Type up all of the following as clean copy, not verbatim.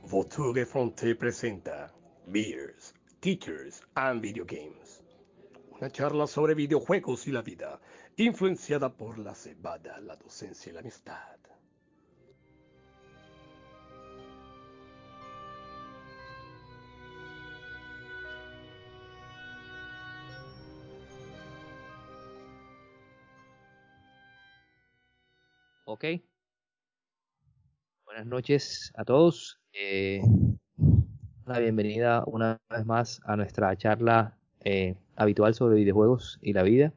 Future Frontier presenta Beers, Teachers and Video Games. Una charla sobre videojuegos y la vida, influenciada por la cebada, la docencia y la amistad. Ok, buenas noches a todos. La bienvenida una vez más a nuestra charla habitual sobre videojuegos y la vida.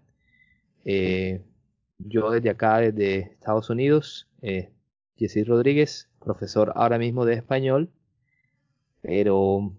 Yo desde acá, desde Estados Unidos, Jessy Rodríguez, profesor ahora mismo de español, pero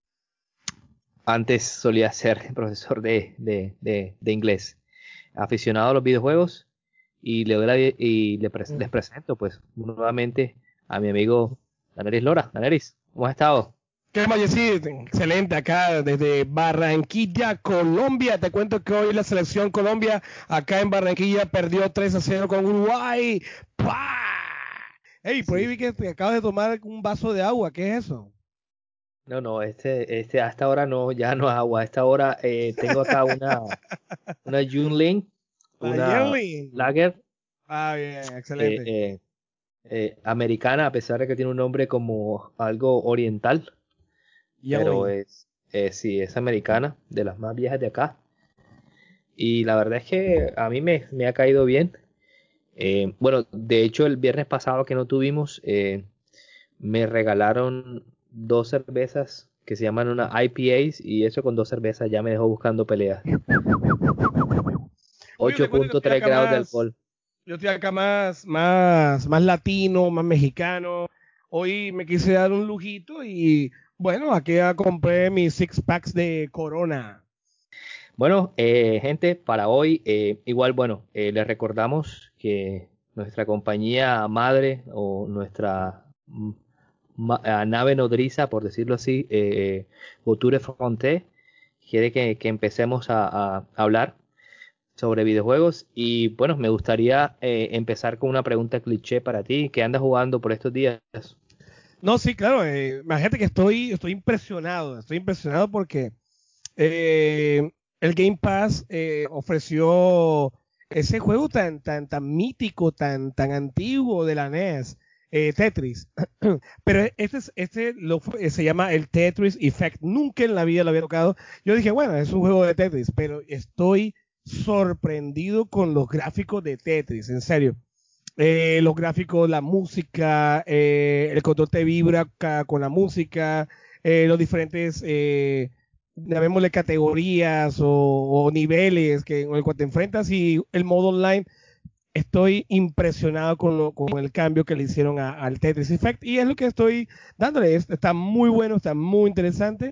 antes solía ser profesor de inglés, aficionado a los videojuegos. Y les presento pues nuevamente a mi amigo Daneris Lora. Daneris, ¿cómo has estado? ¿Qué más, Jessy? Excelente, acá desde Barranquilla, Colombia. Te cuento que hoy la selección Colombia acá en Barranquilla perdió 3-0 con Uruguay. ¡Pah! Hey, por ahí vi que te acabas de tomar un vaso de agua. ¿Qué es eso? No, este hasta ahora no, ya no es agua. A esta hora tengo acá una Junling, La una Yerling. Lager Ah, bien, eh, excelente. eh, americana, a pesar de que tiene un nombre como algo oriental, pero Yerling. sí, es americana, de las más viejas de acá. Y la verdad es que a mí me ha caído bien. Bueno, de hecho el viernes pasado que no tuvimos, me regalaron dos cervezas que se llaman una IPAs y eso con dos cervezas ya me dejó buscando peleas. Oye, te cuento que 8.3 grados de alcohol. yo estoy acá más latino, más mexicano. Hoy me quise dar un lujito y bueno, aquí ya compré mis six packs de Corona. Bueno, gente, para hoy, igual, bueno, les recordamos que nuestra compañía madre o nuestra nave nodriza, por decirlo así, Voture Fronte, quiere que empecemos a hablar sobre videojuegos. Y bueno, me gustaría empezar con una pregunta cliché para ti. ¿Qué andas jugando por estos días? No, sí, claro, imagínate que estoy impresionado porque eh, el Game Pass ofreció ese juego tan mítico, tan antiguo de la NES, Tetris. Pero se llama el Tetris Effect. Nunca en la vida lo había tocado. Yo dije, bueno, es un juego de Tetris, pero estoy sorprendido con los gráficos de Tetris, en serio. Los gráficos, la música, el control te vibra con la música, los diferentes, llamémosle categorías o niveles con el cual te enfrentas y el modo online. Estoy impresionado con el cambio que le hicieron al Tetris Effect y es lo que estoy dándole. Está muy bueno, está muy interesante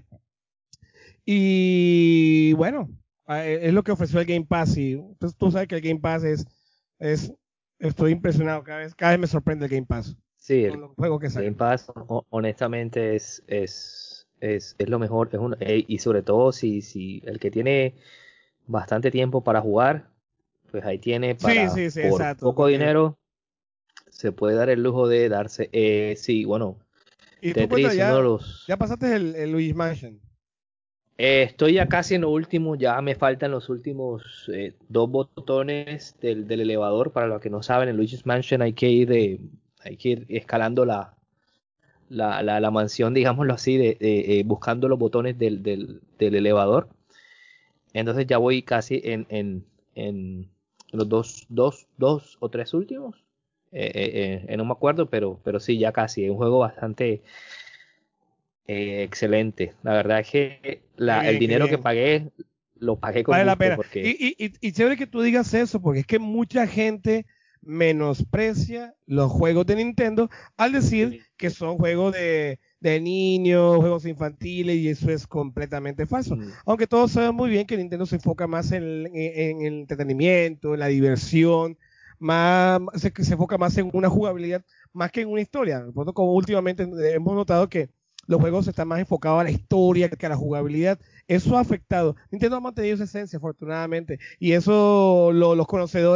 y bueno, es lo que ofreció el Game Pass y pues, tú sabes que el Game Pass es estoy impresionado, cada vez me sorprende el Game Pass Sí, con el los juegos que Game sacan. Pass honestamente es lo mejor. Y sobre todo si el que tiene bastante tiempo para jugar, pues ahí tiene Sí, para, sí, sí, por exacto, poco porque dinero, se puede dar el lujo de darse. Sí, bueno, y tú cuéntame, Tetris, uno de los... ya pasaste el Luigi Mansion. Estoy ya casi en lo último, ya me faltan los últimos dos botones del elevador. Para los que no saben, en Luigi's Mansion hay que ir escalando la mansión, digámoslo así, buscando los botones del elevador. Entonces ya voy casi en los dos o tres últimos. No me acuerdo, pero sí, ya casi. Es un juego bastante excelente. La verdad es que Qué el bien, qué dinero que bien. pagué, lo pagué con Vale la gusto pena. porque Y chévere que tú digas eso, porque es que mucha gente menosprecia los juegos de Nintendo al decir que son juegos de niños, juegos infantiles, y eso es completamente falso. mm, Aunque todos saben muy bien que Nintendo se enfoca más en el entretenimiento, en la diversión, se enfoca más en una jugabilidad, más que en una historia. Por ejemplo, como últimamente hemos notado que los juegos están más enfocados a la historia que a la jugabilidad. Eso ha afectado. Nintendo ha mantenido esa esencia, afortunadamente, y eso los conocedores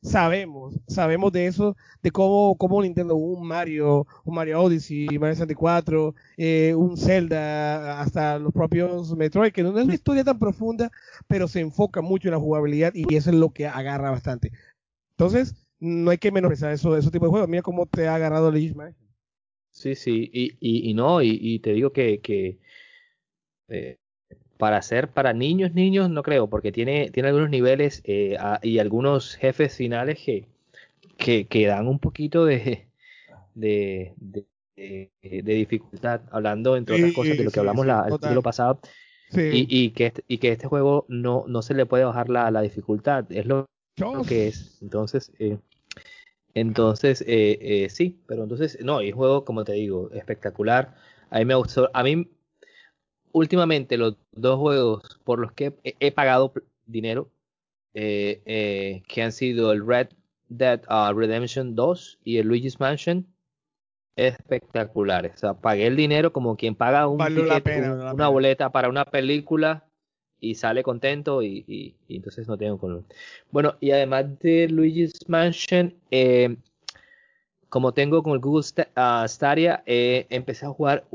sabemos de eso, de cómo Nintendo, un Mario Odyssey, Mario 64, un Zelda, hasta los propios Metroid, que no es una historia tan profunda, pero se enfoca mucho en la jugabilidad y eso es lo que agarra bastante. Entonces, no hay que menospreciar ese tipo de juegos. Mira cómo te ha agarrado el Mansion. Sí, sí, y te digo que eh, para niños no creo, porque tiene algunos niveles y algunos jefes finales que dan un poquito de, de, de dificultad, hablando entre otras cosas de lo que Sí, hablamos sí, el capítulo total. pasado, Sí. y que este juego no se le puede bajar la dificultad, es lo Dios. que es. Entonces sí, pero entonces, no, y el juego, como te digo, espectacular. A mí me gustó, a mí últimamente los dos juegos por los que he pagado dinero, que han sido el Red Dead Redemption 2 y el Luigi's Mansion, espectaculares. O sea, pagué el dinero como quien paga un Valió la tiquete, pena, valió la una pena. boleta para una película y sale contento y entonces no tengo color. Bueno, y además de Luigi's Mansion, como tengo con el Google Stadia, empecé a jugar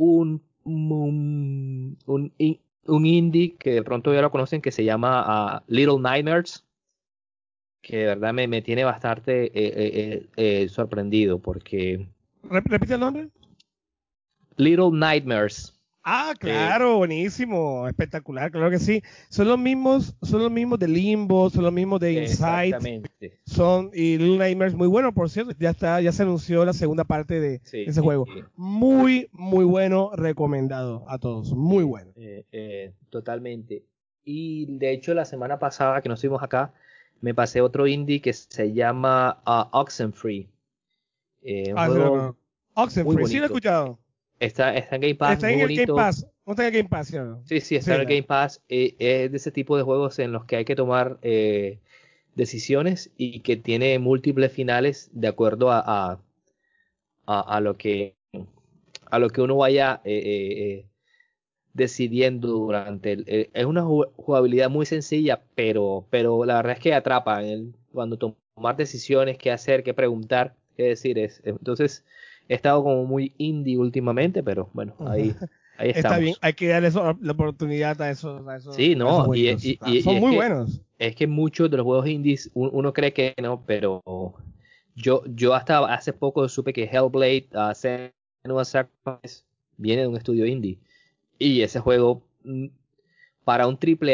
un indie que de pronto ya lo conocen, que se llama Little Nightmares, que de verdad me tiene bastante sorprendido, porque Repite el nombre. Little Nightmares. Ah, eh, claro, buenísimo, espectacular, claro que sí. Son los mismos de Limbo, son los mismos de Inside, exactamente. y Little Nightmares, muy bueno, por cierto, ya se anunció la segunda parte de Sí. ese juego. Muy, muy bueno, recomendado a todos, muy Sí, bueno. totalmente. Y de hecho la semana pasada que nos fuimos acá, me pasé otro indie que se llama Oxenfree. Un Ah, ese juego no. muy Oxenfree, sí lo he bonito. escuchado. Está en Game Pass, Está muy en el Game bonito. Pass, no está en el Game Pass, ¿cierto? Sí, sí, está Sí, en el Game Pass. Es de ese tipo de juegos en los que hay que tomar decisiones y que tiene múltiples finales de acuerdo a a lo que uno vaya decidiendo durante es una jugabilidad muy sencilla, pero la verdad es que atrapa cuando tomar decisiones, qué hacer, qué preguntar, qué decir. Entonces, he estado como muy indie últimamente, pero bueno, ahí está bien, estamos. hay que darle la oportunidad Sí, a esos no, jueguitos. Son y muy buenos. es que muchos de los juegos indies uno cree que no, pero yo hasta hace poco supe que Hellblade, Senua's Sacrifice viene de un estudio indie. Y ese juego, para un triple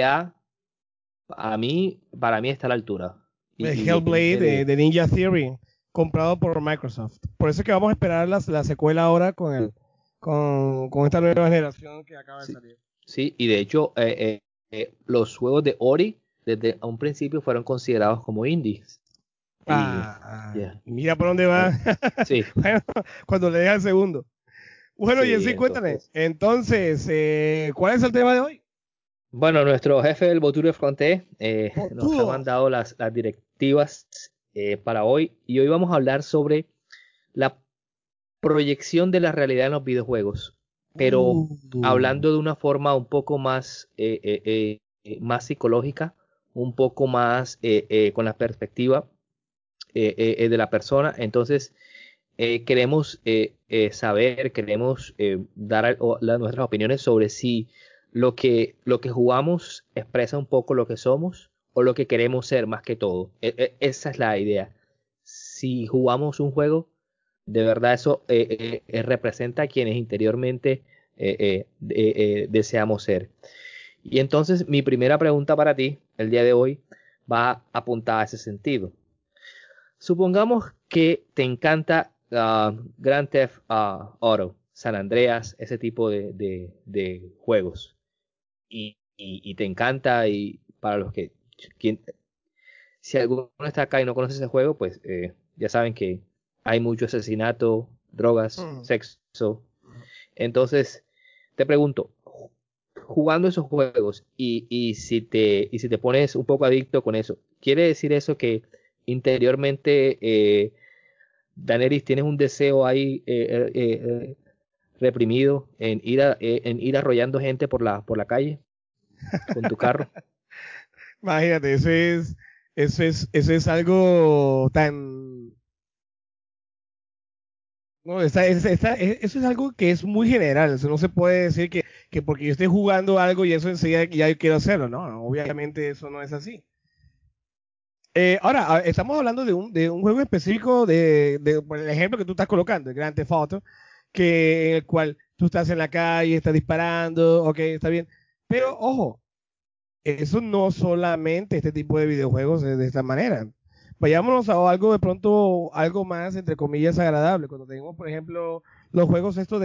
para mí está a la altura. Y es Hellblade de, de Ninja Theory, comprado por Microsoft. Por eso es que vamos a esperar la secuela ahora con esta nueva generación que acaba de sí, salir. sí, y de hecho, los juegos de Ori, desde un principio fueron considerados como indies. Y, yeah, Mira por dónde va. bueno, sí, Bueno, cuando le deja el segundo. Bueno, sí, Jessy, cuéntame. entonces. Entonces, ¿cuál es el tema de hoy? Bueno, nuestro jefe del Bouture Fronté nos ha Botudo. mandado las directivas para hoy, y hoy vamos a hablar sobre la proyección de la realidad en los videojuegos, pero Uh, hablando de una forma un poco más, más psicológica, un poco más con la perspectiva de la persona. Entonces, queremos saber, queremos dar nuestras opiniones sobre si lo que jugamos expresa un poco lo que somos o lo que queremos ser más que todo. Esa es la idea. Si jugamos un juego, de verdad eso representa a quienes interiormente deseamos ser. Y entonces mi primera pregunta para ti el día de hoy va apuntada a ese sentido. Supongamos que te encanta Grand Theft Auto, San Andreas, ese tipo de juegos. Y te encanta, y para los quien- si alguno está acá y no conoce ese juego, pues ya saben que hay mucho asesinato, drogas, mm. sexo. Entonces, te pregunto, jugando esos juegos y si te pones un poco adicto con eso, ¿quiere decir eso que interiormente, Daenerys, tienes un deseo ahí reprimido en ir arrollando gente por la calle con tu carro? Imagínate, Eso es algo tan... No, eso es algo que es muy general. Eso no se puede decir que porque yo esté jugando algo y eso enseguida ya yo quiero hacerlo. No, no, obviamente eso no es así. Ahora, estamos hablando de un juego específico por el ejemplo que tú estás colocando, el Grand Theft Auto, en el cual tú estás en la calle, estás disparando, ok, está bien. Pero, ojo, eso no solamente este tipo de videojuegos es de esta manera. Vayámonos a algo de pronto, algo más, entre comillas, agradable. Cuando tenemos, por ejemplo, los juegos estos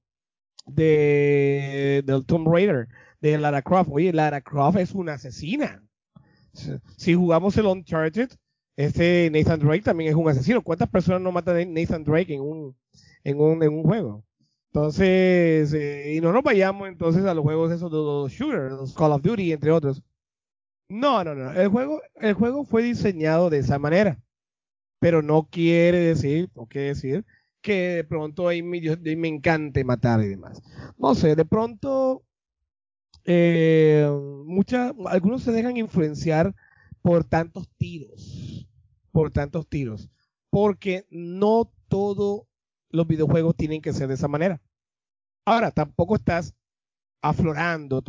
del Tomb Raider, de Lara Croft. Oye, Lara Croft es una asesina. Si jugamos el Uncharted, este Nathan Drake también es un asesino. ¿Cuántas personas no mata Nathan Drake en un juego? Entonces, y no nos vayamos entonces a los juegos esos de los shooters, los Call of Duty, entre otros. No, no, no. El juego fue diseñado de esa manera, pero no quiere decir, o quiere decir, que de pronto me encante matar y demás. No sé, de pronto eh, algunos se dejan influenciar por tantos tiros, por tantos tiros, porque no todos los videojuegos tienen que ser de esa manera. Ahora, tampoco estás aflorando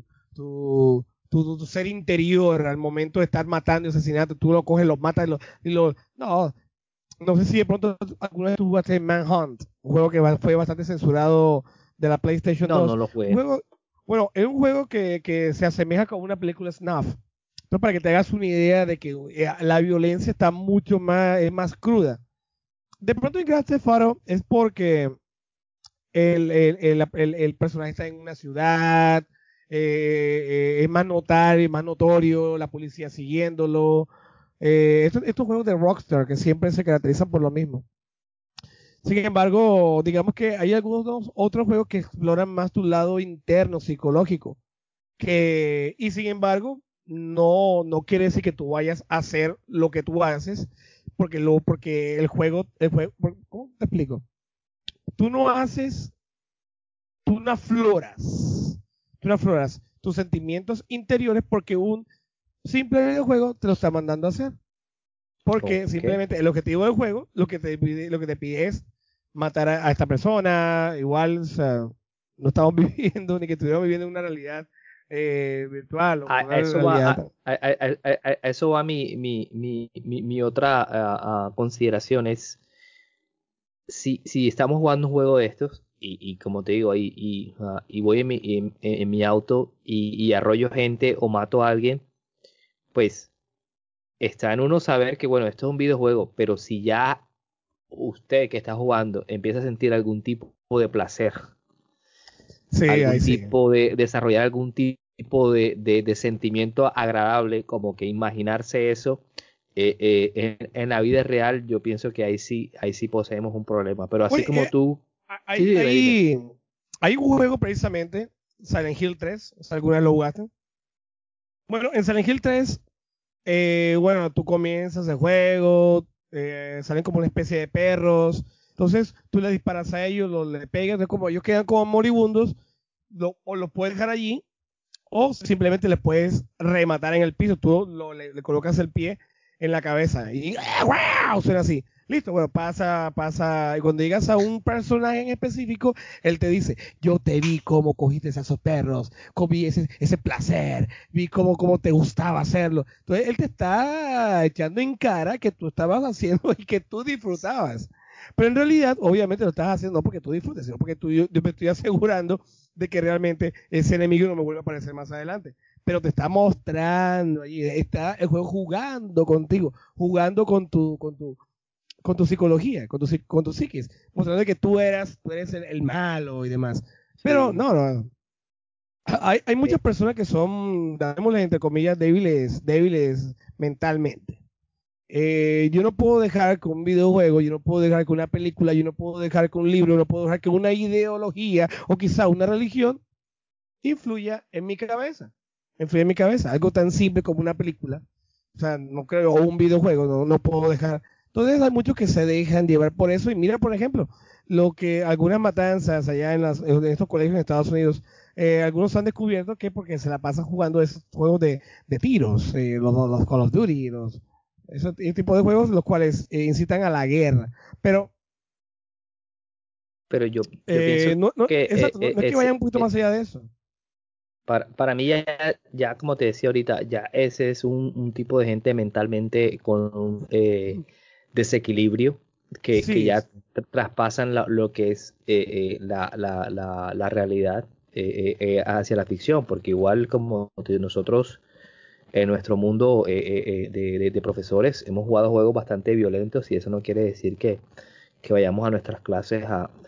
tu ser interior al momento de estar matando y asesinando. Tú lo coges, lo matas no, no sé si de pronto alguna vez tú jugaste Manhunt, un juego que fue bastante censurado de la PlayStation No, 2. no lo Un jugué. juego, bueno, es un juego que se asemeja con una película snuff. Entonces, para que te hagas una idea de que la violencia está mucho más, es más cruda. De pronto en Grand Theft Auto es porque el personaje está en una ciudad, es más notario, más notorio, la policía siguiéndolo. Estos juegos de Rockstar que siempre se caracterizan por lo mismo. Sin embargo, digamos que hay algunos otros juegos que exploran más tu lado interno, psicológico, y sin embargo, no quiere decir que tú vayas a hacer lo que tú haces, porque ¿cómo te explico? Tú no haces, tú no afloras tus sentimientos interiores porque un simple videojuego te lo está mandando a hacer. Porque Ok. simplemente el objetivo del juego, lo que te pide es matar a esta persona. Igual, o sea, no estamos viviendo ni que estuviéramos viviendo en una realidad virtual o una A eso va, realidad. a eso va mi otra consideración es si estamos jugando un juego de estos y como te digo y voy en mi auto y arrollo gente o mato a alguien, pues está en uno saber que bueno, esto es un videojuego, pero si ya usted que está jugando empieza a sentir algún tipo de placer, Sí, ahí algún sí. tipo de desarrollar algún tipo de sentimiento agradable, como que imaginarse eso en la vida real, yo pienso que ahí sí poseemos un problema. Pero así Oye, como tú, sí, hay, dime, dime. hay, hay un juego precisamente, Silent Hill 3, o sea, ¿alguna vez lo jugaste? Bueno, en Silent Hill 3, bueno, tú comienzas el juego, salen como una especie de perros, entonces tú le disparas a ellos, le pegas, es como ellos quedan como moribundos, o los puedes dejar allí, o simplemente le puedes rematar en el piso, le colocas el pie en la cabeza y ¡wow! Suena así. Listo, bueno, pasa, y cuando llegas a un personaje en específico, él te dice, yo te vi cómo cogiste a esos perros, vi ese placer, vi cómo te gustaba hacerlo. Entonces, él te está echando en cara que tú estabas haciendo y que tú disfrutabas. Pero en realidad, obviamente lo estás haciendo no porque tú disfrutes, sino porque yo me estoy asegurando de que realmente ese enemigo no me vuelva a aparecer más adelante. Pero te está mostrando, y está el juego jugando contigo, jugando con tu psicología, con tu psiquis, mostrando que tú eres el malo y demás. Pero Sí, no, no. Hay eh, muchas personas que son, llamémosle entre comillas, débiles mentalmente. Yo no puedo dejar que un videojuego, yo no puedo dejar que una película, yo no puedo dejar que un libro, no puedo dejar que una ideología o quizá una religión influya en mi cabeza. Influye en mi cabeza. Algo tan simple como una película. O sea, no creo, o un videojuego, no puedo dejar Entonces hay muchos que se dejan llevar por eso. Y mira, por ejemplo, lo que algunas matanzas allá en estos colegios en Estados Unidos, algunos han descubierto que porque se la pasan jugando esos juegos de tiros, los Call of Duty, ese tipo de juegos, los cuales incitan a la guerra. Pero Pero yo pienso que exacto, no es que vaya un poquito más allá de eso. para mí ya, como te decía ahorita, ya ese es un tipo de gente mentalmente con un desequilibrio que Sí, ya traspasan lo que es la realidad hacia la ficción, porque igual como nosotros en nuestro mundo de profesores hemos jugado juegos bastante violentos y eso no quiere decir que vayamos a nuestras clases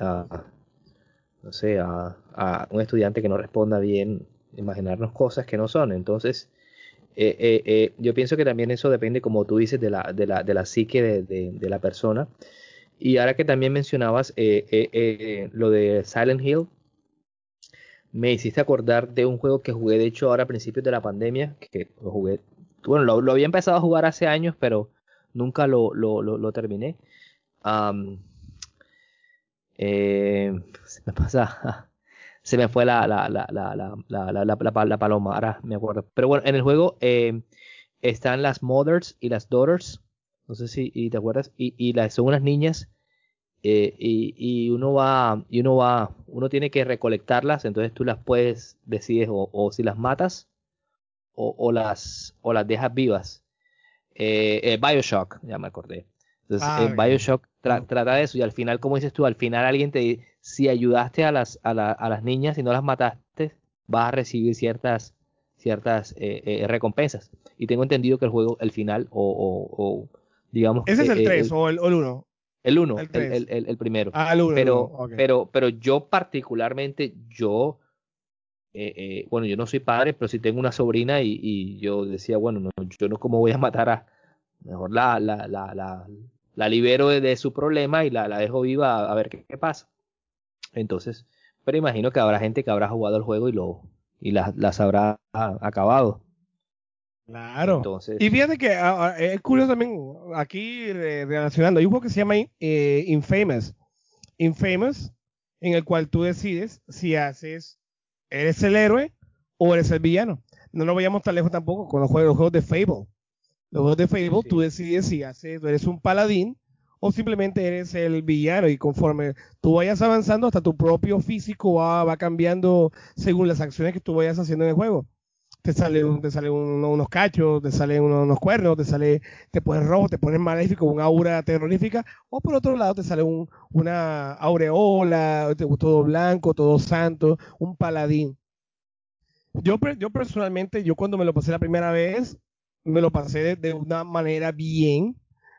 no sé, a un estudiante que no responda bien, imaginarnos cosas que no son. Entonces, yo pienso que también eso depende, como tú dices, de la psique de la persona. Y ahora que también mencionabas lo de Silent Hill, me hiciste acordar de un juego que jugué, de hecho, ahora a principios de la pandemia, que lo jugué, bueno, lo había empezado a jugar hace años, pero nunca lo terminé. Am, Se me pasa, se me fue la paloma, ahora me acuerdo. Pero bueno, en el juego están las mothers y las daughters, no sé si te acuerdas, son unas niñas y uno tiene que recolectarlas, entonces tú las puedes, decides o si las matas o las dejas vivas. BioShock, ya me acordé. Entonces, ok. BioShock trata de eso y al final, como dices tú, al final alguien te dice, si ayudaste a las niñas y no las mataste, vas a recibir ciertas recompensas. Y tengo entendido que el juego, el final, digamos, Ese es el 3 o el 1. el uno, El el, 3. el, el, el primero. Ah, el uno, Pero, ok. pero yo particularmente, bueno, yo no soy padre, pero sí tengo una sobrina y yo decía, bueno, no, yo no cómo voy a matar mejor la libero de su problema y la dejo viva a ver qué pasa. Entonces, pero imagino que habrá gente que habrá jugado el juego y las habrá acabado. Claro. Y Entonces, fíjate que es curioso también, aquí relacionando, hay un juego que se llama Infamous. Infamous, en el cual tú decides si eres el héroe o eres el villano. No nos vayamos tan lejos tampoco con los juegos de Fable. Los juegos de sí, Fable, tú sí. decides si eres un paladín o simplemente eres el villano y conforme tú vayas avanzando, hasta tu propio físico va cambiando según las acciones que tú vayas haciendo en el juego. Te sale unos cachos, te salen unos cuernos, te pones rojo, te pones maléfico, un aura terrorífica, o por otro lado te sale una aureola, todo blanco, todo santo, un paladín. Yo personalmente, yo cuando me lo pasé la primera vez, me lo pasé de una manera bien,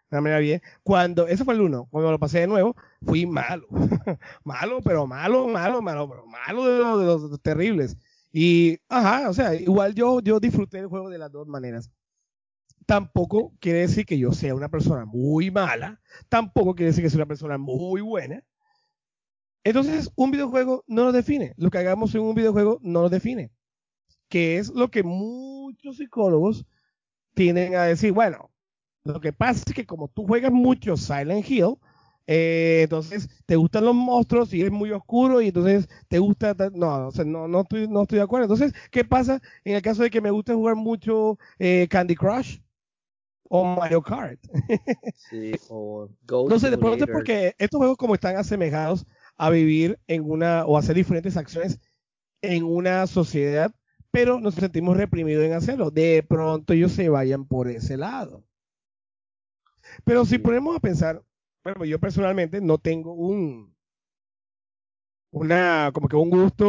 Eso fue el uno. Cuando lo pasé de nuevo, fui malo. Malo, pero malo, malo, malo, pero malo de los terribles. Y, ajá, o sea, igual yo disfruté el juego de las dos maneras. Tampoco quiere decir que yo sea una persona muy mala, tampoco quiere decir que sea una persona muy buena. Entonces, un videojuego no nos define. Lo que hagamos en un videojuego no nos define. Que es lo que muchos psicólogos tienden a decir, bueno, lo que pasa es que como tú juegas mucho Silent Hill, entonces te gustan los monstruos y es muy oscuro y entonces te gusta, no, o sea, no estoy de acuerdo. Entonces, ¿qué pasa en el caso de que me guste jugar mucho Candy Crush o Mario Kart? Sí, o Goat Entonces, de pronto es Simulator. porque estos juegos como están asemejados a vivir o hacer diferentes acciones en una sociedad, pero nos sentimos reprimidos en hacerlo. De pronto ellos se vayan por ese lado. Pero si Sí, ponemos a pensar, bueno, yo personalmente no tengo como que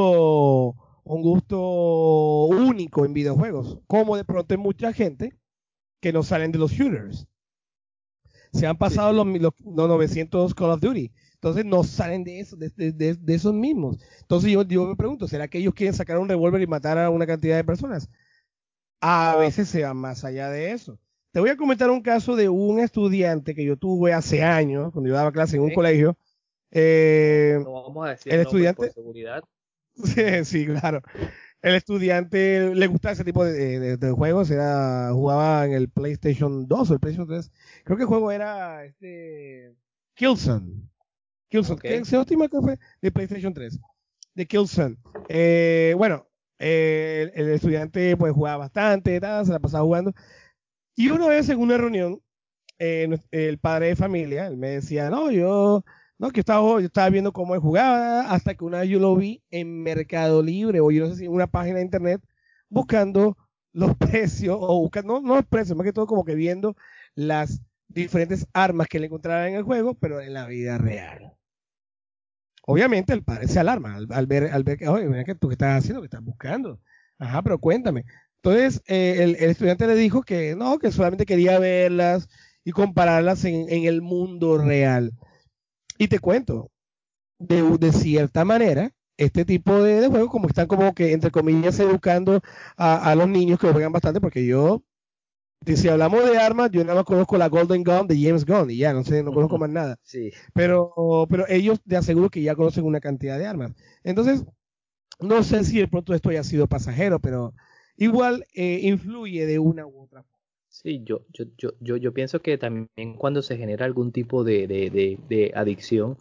un gusto único en videojuegos, como de pronto hay mucha gente que no salen de los shooters. Se han sí, pasado sí. los 900 Call of Duty. Entonces no salen de eso, de esos mismos. Entonces yo me pregunto, ¿será que ellos quieren sacar un revólver y matar a una cantidad de personas? A veces se va más allá de eso. Te voy a comentar un caso de un estudiante que yo tuve hace años, cuando yo daba clase en un Ok. colegio. No, Eh, no vamos a decir el nombres por estudiante, seguridad. sí, sí, claro. el estudiante le gustaba ese tipo de juegos, jugaba en el PlayStation 2 o el PlayStation 3. Creo que el juego era Killzone. Killzone, Okay. que se última que fue de PlayStation 3, de Killzone. Bueno, el estudiante pues jugaba bastante, se la pasaba jugando. Y una vez en una reunión, el padre de familia, él me decía, no, que yo estaba viendo cómo él jugaba, hasta que una vez yo lo vi en Mercado Libre, o yo no sé si en una página de internet, buscando los precios, o buscando, no los precios, más que todo como que viendo las diferentes armas que le encontraban en el juego, pero en la vida real. Obviamente el padre se alarma al ver que, oye, mira que tú qué estás haciendo, qué estás buscando. Ajá, pero cuéntame. Entonces, el estudiante le dijo que no, que solamente quería verlas y compararlas en el mundo real. Y te cuento, de cierta manera, este tipo de juegos, como están como que, entre comillas, educando a los niños que lo juegan bastante, porque si hablamos de armas, yo nada más conozco la Golden Gun de James Gunn y ya, no sé, no conozco más nada. Sí. Pero ellos te aseguro que ya conocen una cantidad de armas. Entonces, no sé si de pronto esto haya sido pasajero, pero igual influye de una u otra forma. Sí, yo pienso que también cuando se genera algún tipo de adicción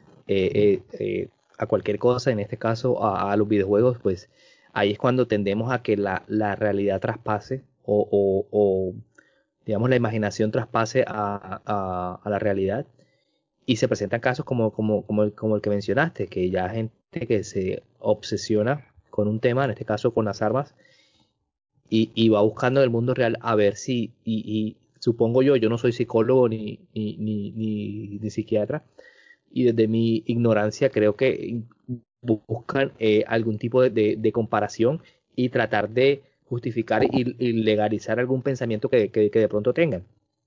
a cualquier cosa, en este caso a los videojuegos, pues ahí es cuando tendemos a que la realidad traspase o, digamos, la imaginación traspase a la realidad y se presentan casos como el que mencionaste, que ya hay gente que se obsesiona con un tema, en este caso con las armas, y va buscando en el mundo real a ver si, y supongo yo no soy psicólogo ni psiquiatra, y desde mi ignorancia creo que buscan algún tipo de comparación y tratar de justificar y legalizar algún pensamiento que de pronto tengan.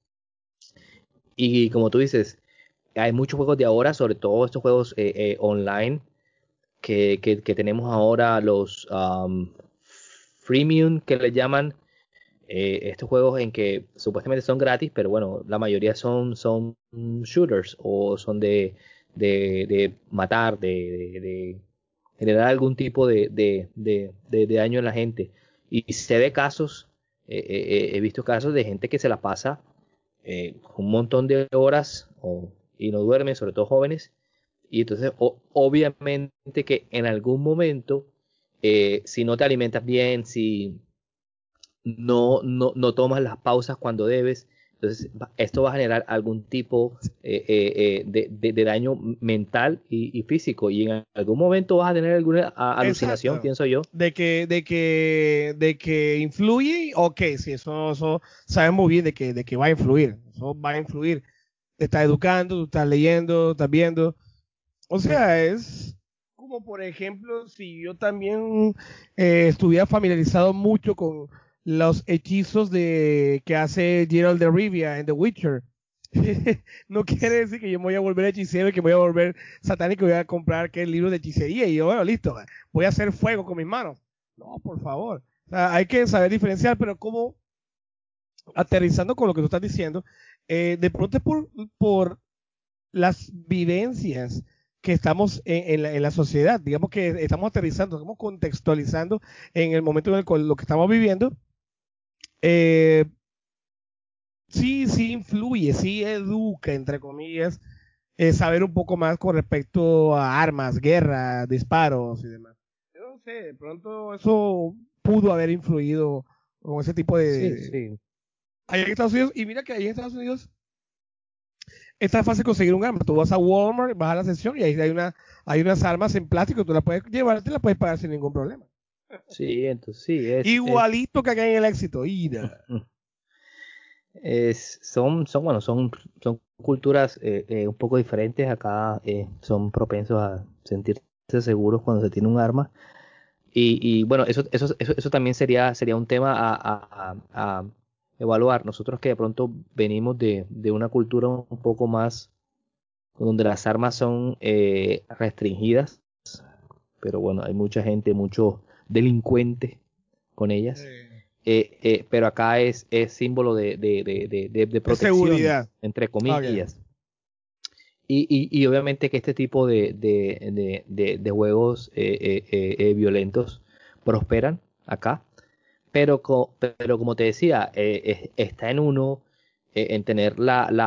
Y como tú dices, hay muchos juegos de ahora, sobre todo estos juegos online que tenemos ahora, los freemium que le llaman, estos juegos en que supuestamente son gratis, pero bueno, la mayoría son shooters o son de matar, de generar algún tipo de daño en la gente. Y sé de casos, he visto casos de gente que se la pasa un montón de horas y no duermen, sobre todo jóvenes. Y entonces, obviamente que en algún momento, si no te alimentas bien, si no tomas las pausas cuando debes, entonces esto va a generar algún tipo de daño mental y físico. Y en algún momento vas a tener alguna alucinación, Exacto. pienso yo. De que influye, ok, sí, eso sabemos muy bien de que va a influir. Eso va a influir. Te estás educando, tú estás leyendo, estás viendo. O sea, es como, por ejemplo, si yo también estuviera familiarizado mucho con los hechizos que hace Geralt de Rivia en The Witcher. No quiere decir que yo me voy a volver hechicero y que me voy a volver satánico y voy a comprar que el libro de hechicería y yo, bueno, listo, voy a hacer fuego con mis manos. No, por favor. O sea, hay que saber diferenciar, pero como aterrizando con lo que tú estás diciendo, de pronto es por las vivencias que estamos en la sociedad, digamos que estamos aterrizando, estamos contextualizando en el momento en el cual lo que estamos viviendo, eh, sí influye, sí educa, entre comillas, saber un poco más con respecto a armas, guerra, disparos y demás. Yo no sé, de pronto eso pudo haber influido con ese tipo Sí, de... sí. Allá en Estados Unidos, y mira que allá en Estados Unidos es tan fácil conseguir un arma. Tú vas a Walmart, vas a la sección y ahí hay unas armas en plástico, tú las puedes llevar, te las puedes pagar sin ningún problema. Sí, entonces sí, Igualito que acá en el éxito. Ida. bueno, son culturas un poco diferentes. Acá son propensos a sentirse seguros cuando se tiene un arma. Y bueno, eso también sería un tema a evaluar. Nosotros que de pronto venimos de una cultura un poco más donde las armas son restringidas, pero bueno, hay mucha gente, muchos delincuentes con ellas. Pero acá es símbolo de De protección, seguridad. entre Okay. comillas. Y obviamente que este tipo de juegos violentos, prosperan acá, pero como te decía, está en uno en tener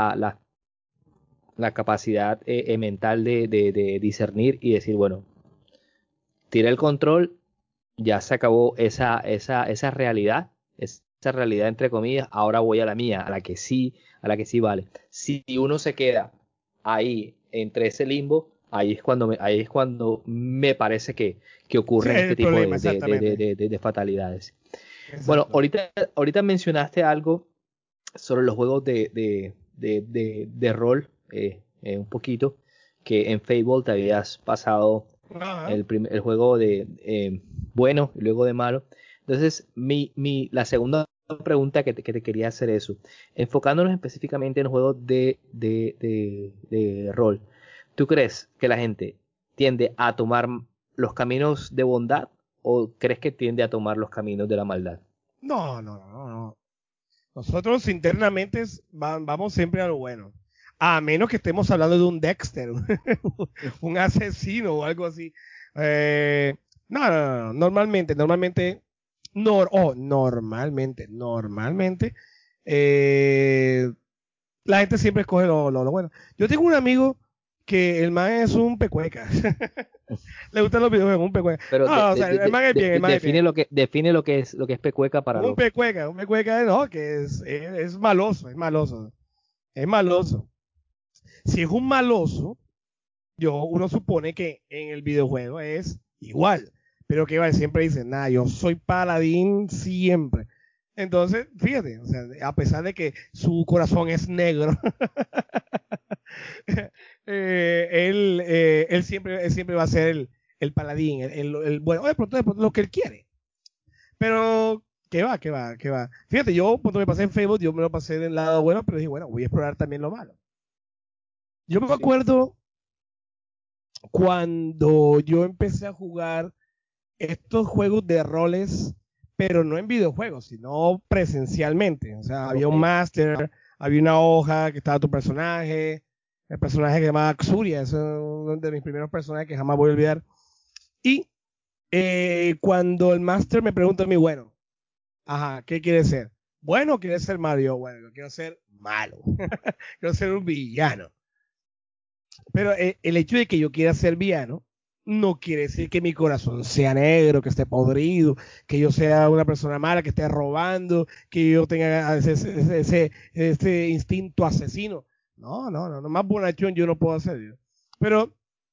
la capacidad mental de discernir y decir, bueno, tira el control, ya se acabó esa realidad, esa realidad entre comillas, ahora voy a la mía, a la que sí vale. Si uno se queda ahí entre ese limbo, ahí es cuando me parece que Sí, ocurren es este el tipo problema, exactamente. de fatalidades. Bueno, Exacto. ahorita mencionaste algo sobre los juegos de rol, un poquito, que en Fable te habías pasado Ajá. el juego de bueno y luego de malo. Entonces, la segunda pregunta que te quería hacer eso, enfocándonos específicamente en los juegos de rol, ¿tú crees que la gente tiende a tomar los caminos de bondad o crees que tiende a tomar los caminos de la maldad? No, no, no, no, no. Nosotros internamente vamos siempre a lo bueno. A menos que estemos hablando de un Dexter, un asesino o algo así. Eh, no, no, no, no. Normalmente, eh, la gente siempre escoge lo bueno. Yo tengo un amigo que el man es un pecueca. Le gustan los videojuegos, un pecueca. Pero No, no, o sea, el man es bien, el man es bien. define lo que es pecueca para los. Un pecueca, no, que es maloso, es maloso. Es maloso. Si es un maloso, uno supone que en el videojuego es igual. Pero que va, siempre dicen, nada, yo soy paladín siempre. Entonces, fíjate, o sea, a pesar de que su corazón es negro, él siempre va a ser el paladín, bueno, de pronto lo que él quiere. Pero, qué va. Fíjate, yo cuando me pasé en Facebook, yo me lo pasé del lado bueno, pero dije, bueno, voy a explorar también lo malo. Yo me Sí. acuerdo cuando yo empecé a jugar estos juegos de roles, pero no en videojuegos, sino presencialmente. O sea, había Ok. un máster, había una hoja que estaba tu personaje, el personaje que se llamaba Xuria, es uno de mis primeros personajes que jamás voy a olvidar. Y cuando el máster me pregunta a mí, bueno, ajá, ¿qué quieres ser? Bueno, ¿quieres ser Mario? Bueno, yo quiero ser malo, quiero ser un villano. Pero el hecho de que yo quiera ser villano no quiere decir que mi corazón sea negro, que esté podrido, que yo sea una persona mala, que esté robando, que yo tenga ese instinto asesino. No, no, no, no, más bonachón yo no puedo hacer. Pero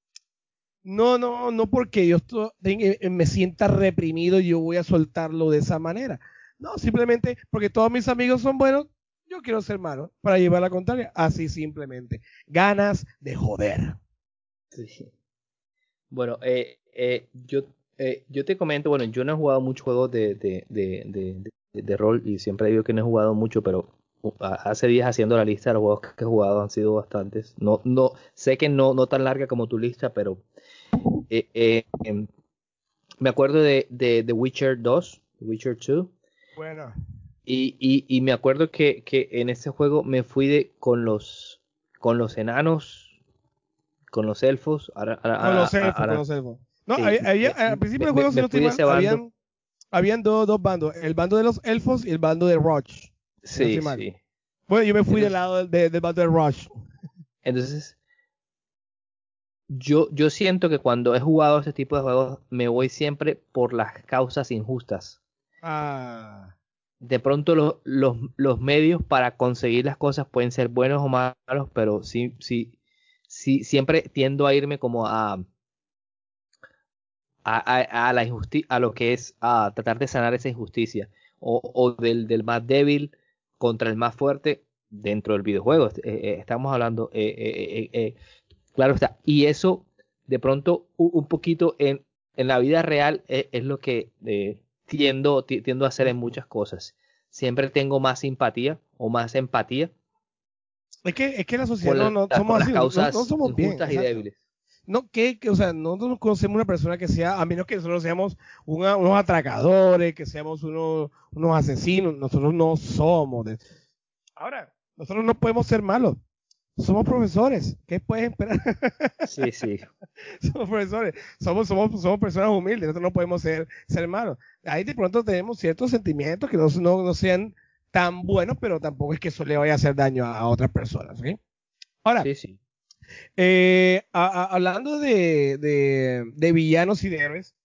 no porque me sienta reprimido, yo voy a soltarlo de esa manera. No, simplemente porque todos mis amigos son buenos, yo quiero ser malo para llevar la contraria. Así simplemente. Ganas de joder. Sí. Bueno, yo te comento, bueno, yo no he jugado muchos juegos de rol y siempre digo que no he jugado mucho, pero hace días haciendo la lista de los juegos que he jugado han sido bastantes. Sé que no tan larga como tu lista, pero eh, eh, em, me acuerdo de The Witcher 2, The Witcher 2, Bueno, y me acuerdo que en ese juego me fui con los enanos, con los elfos, con ahora los elfos. No, sí, al principio del juego, si me no estoy fui de mal, ese bando. habían dos bandos, el bando de los elfos y el bando de Roche, si no estoy Sí, mal. sí. Bueno, yo me fui del Entonces, lado del bando de Roche. entonces yo siento que cuando he jugado este tipo de juegos me voy siempre por las causas injustas. Ah, De pronto los medios para conseguir las cosas pueden ser buenos o malos, pero sí siempre tiendo a irme como a la a lo que es a tratar de sanar esa injusticia o del más débil contra el más fuerte dentro del videojuego. Estamos hablando, claro está. Y eso de pronto un poquito en la vida real es lo que tiendo a hacer en muchas cosas. Siempre tengo más simpatía o más empatía es que la sociedad no con somos las así, no causas somos bien, injustas y exacto. débiles. No, o sea, nosotros no conocemos una persona que sea, a menos que nosotros seamos unos atracadores, que seamos unos asesinos, nosotros no somos. Ahora, nosotros no podemos ser malos. somos profesores. ¿Qué puedes esperar? Sí, sí. Somos profesores, somos personas humildes, nosotros no podemos ser malos. Ahí de pronto tenemos ciertos sentimientos que no sean tan buenos, pero tampoco es que eso le vaya a hacer daño a otras personas. ¿Sí? Ahora, Sí, sí. hablando de villanos y de héroes,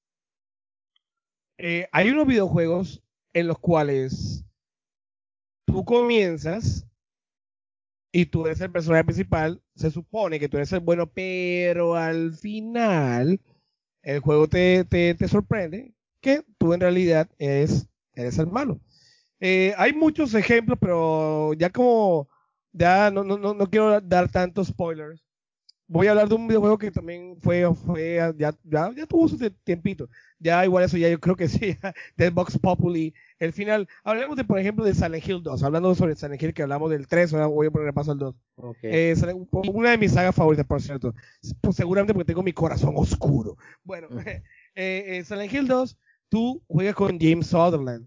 hay unos videojuegos en los cuales tú comienzas y tú eres el personaje principal, se supone que tú eres el bueno, pero al final el juego te sorprende que tú en realidad eres el malo. Hay muchos ejemplos, pero ya no quiero dar tantos spoilers. Voy a hablar de un videojuego que también ya tuvo su tiempito. Ya igual eso ya yo creo que sí, del Vox Populi. El final, hablemos de, por ejemplo, de Silent Hill 2. Hablando sobre Silent Hill, que hablamos del 3, ahora voy a poner repaso al 2. Ok. Una de mis sagas favoritas, por cierto. Pues seguramente porque tengo mi corazón oscuro. Bueno, Silent Hill 2, tú juegas con James Sutherland.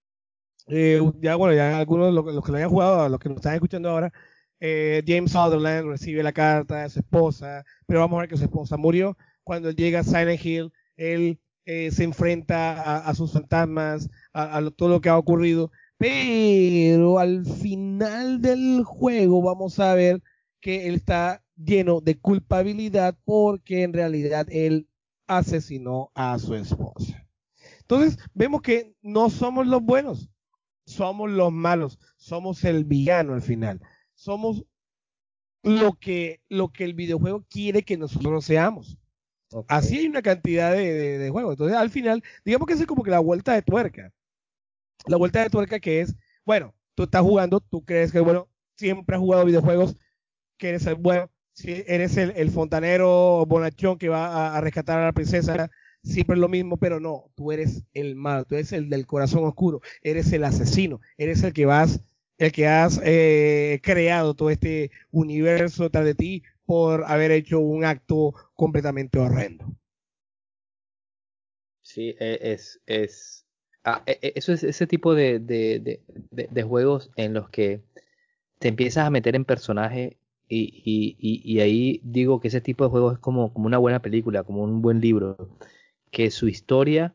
Ya algunos, los que lo hayan jugado, los que nos están escuchando ahora, James Sutherland recibe la carta de su esposa, pero vamos a ver que su esposa murió. Cuando él llega a Silent Hill, él se enfrenta a sus fantasmas, todo lo que ha ocurrido, pero al final del juego vamos a ver que él está lleno de culpabilidad porque en realidad él asesinó a su esposa. Entonces, vemos que no somos los buenos, somos los malos, somos el villano al final, somos lo que el videojuego quiere que nosotros seamos. Ok. Así hay una cantidad de juegos. Entonces, al final, digamos que esa es como que la vuelta de tuerca. La vuelta de tuerca que es, bueno, tú estás jugando, tú crees que, bueno, siempre has jugado videojuegos, que eres el bueno, si eres el fontanero bonachón que va a rescatar a la princesa, siempre es lo mismo, pero no, tú eres el malo, tú eres el del corazón oscuro, eres el asesino, eres el que has creado todo este universo tras de ti por haber hecho un acto completamente horrendo. Sí, eso es ese tipo de juegos en los que te empiezas a meter en personaje y ahí digo que ese tipo de juegos es como una buena película, como un buen libro, que su historia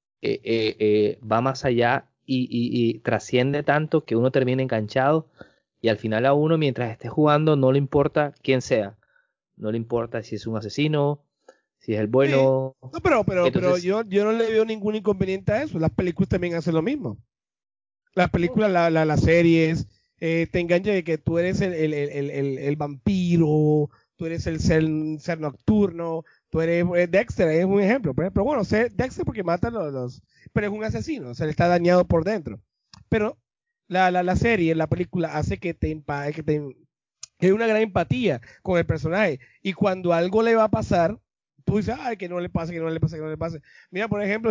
va más allá y trasciende tanto que uno termina enganchado y al final a uno mientras esté jugando no le importa quién sea, no le importa si es un asesino, si es el Sí. bueno. No, pero Entonces, yo no le veo ningún inconveniente a eso. Las películas también hacen lo mismo. Las no, películas, las series, te enganchan de que tú eres el vampiro, tú eres el ser nocturno, tú eres Dexter, es un ejemplo. Pero bueno, Dexter porque mata pero es un asesino, o sea, está dañado por dentro. Pero la serie, la película hace que hay una gran empatía con el personaje. Y cuando algo le va a pasar, tú dices, ay, que no le pase, que no le pase, que no le pase. Mira, por ejemplo,